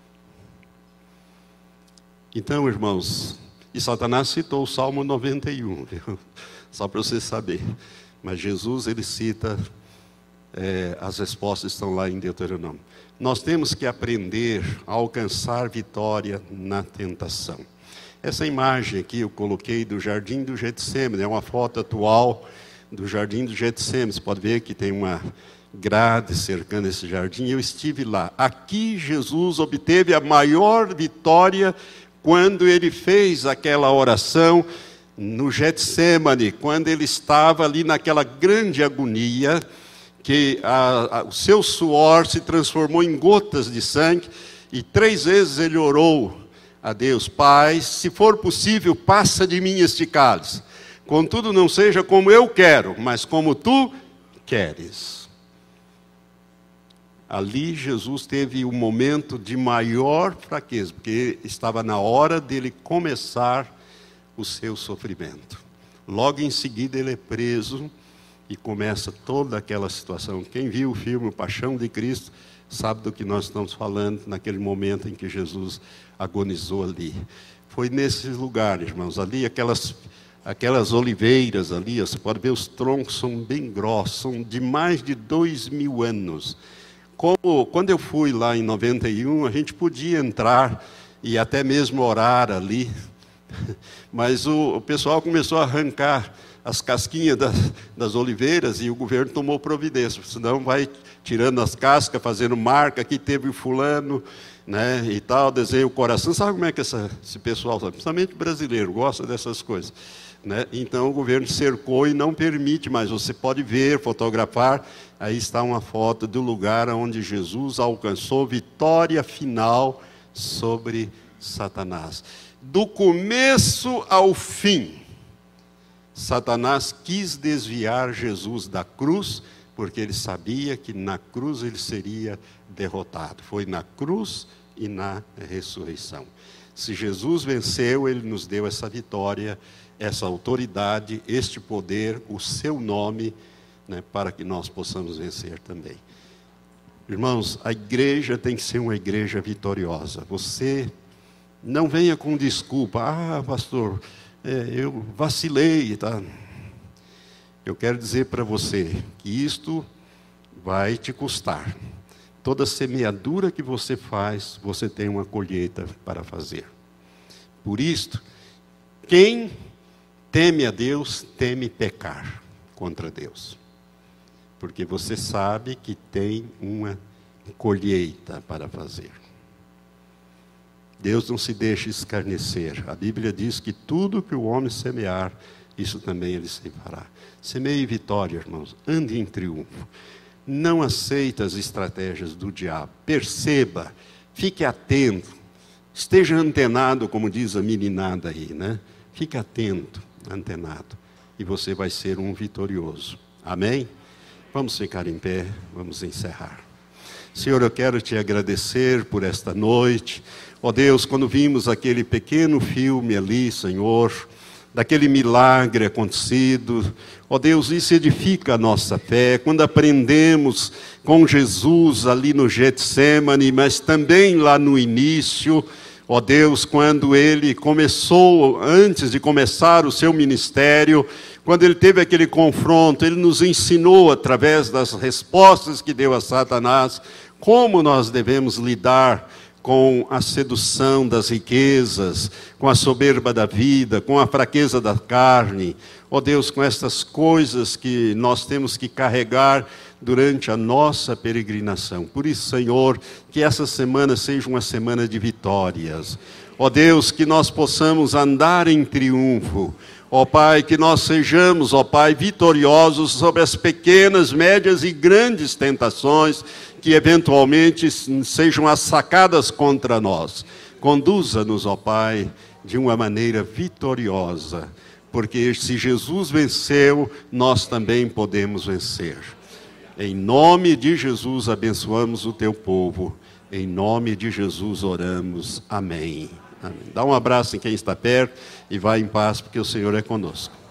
Então, irmãos, e Satanás citou o Salmo noventa e um, viu? Só para você saber. Mas Jesus, ele cita, é, as respostas estão lá em Deuteronômio. Nós temos que aprender a alcançar vitória na tentação. Essa imagem aqui eu coloquei do Jardim do Getsêmani, é uma foto atual do Jardim do Getsêmani. Você pode ver que tem uma grade cercando esse jardim. Eu estive lá. Aqui Jesus obteve a maior vitória quando ele fez aquela oração no Getsêmani, quando ele estava ali naquela grande agonia, que a, a, o seu suor se transformou em gotas de sangue, e três vezes ele orou a Deus, Pai, se for possível, passa de mim este cálice. Contudo, não seja como eu quero, mas como tu queres. Ali Jesus teve um momento de maior fraqueza, porque estava na hora dele começar o seu sofrimento. Logo em seguida ele é preso e começa toda aquela situação. Quem viu o filme O Paixão de Cristo sabe do que nós estamos falando naquele momento em que Jesus agonizou ali. Foi nesse lugar, irmãos, ali aquelas, aquelas oliveiras ali, você pode ver os troncos são bem grossos, são de mais de dois mil anos. Como, quando eu fui lá em noventa e um, a gente podia entrar e até mesmo orar ali, mas o, o pessoal começou a arrancar as casquinhas das, das oliveiras e o governo tomou providência, senão vai tirando as cascas, fazendo marca, aqui teve o fulano, né, e tal, desenha o coração. Sabe como é que essa, esse pessoal, principalmente brasileiro, gosta dessas coisas, né? Então o governo cercou e não permite mais. Você pode ver, fotografar. Aí está uma foto do lugar onde Jesus alcançou vitória final sobre Satanás. Do começo ao fim, Satanás quis desviar Jesus da cruz, porque ele sabia que na cruz ele seria derrotado. Foi na cruz e na ressurreição. Se Jesus venceu, ele nos deu essa vitória, essa autoridade, este poder, o seu nome, né, para que nós possamos vencer também. Irmãos, a igreja tem que ser uma igreja vitoriosa. Você não venha com desculpa, ah, pastor, é, eu vacilei, tá? Eu quero dizer para você que isto vai te custar. Toda semeadura que você faz, você tem uma colheita para fazer. Por isto, quem teme a Deus, teme pecar contra Deus. Porque você sabe que tem uma colheita para fazer. Deus não se deixa escarnecer. A Bíblia diz que tudo que o homem semear, isso também ele se fará. Semeie vitória, irmãos. Ande em triunfo. Não aceite as estratégias do diabo. Perceba, fique atento. Esteja antenado, como diz a meninada aí, né? Fique atento, antenado. E você vai ser um vitorioso. Amém? Vamos ficar em pé, vamos encerrar. Senhor, eu quero te agradecer por esta noite. Ó Deus, quando vimos aquele pequeno filme ali, Senhor, daquele milagre acontecido, ó Deus, isso edifica a nossa fé. Quando aprendemos com Jesus ali no Getsêmani, mas também lá no início, Ó Deus, quando ele começou, antes de começar o seu ministério, quando ele teve aquele confronto, ele nos ensinou, através das respostas que deu a Satanás, como nós devemos lidar com a sedução das riquezas, com a soberba da vida, com a fraqueza da carne. Ó Deus, com estas coisas que nós temos que carregar durante a nossa peregrinação. Por isso, Senhor, que essa semana seja uma semana de vitórias. Ó Deus, que nós possamos andar em triunfo. Ó Pai, que nós sejamos, ó Pai, vitoriosos sobre as pequenas, médias e grandes tentações que eventualmente sejam assacadas contra nós. Conduza-nos, ó Pai, de uma maneira vitoriosa, porque se Jesus venceu, nós também podemos vencer. Em nome de Jesus abençoamos o teu povo. Em nome de Jesus oramos. Amém. Amém. Dá um abraço em quem está perto e vá em paz, porque o Senhor é conosco.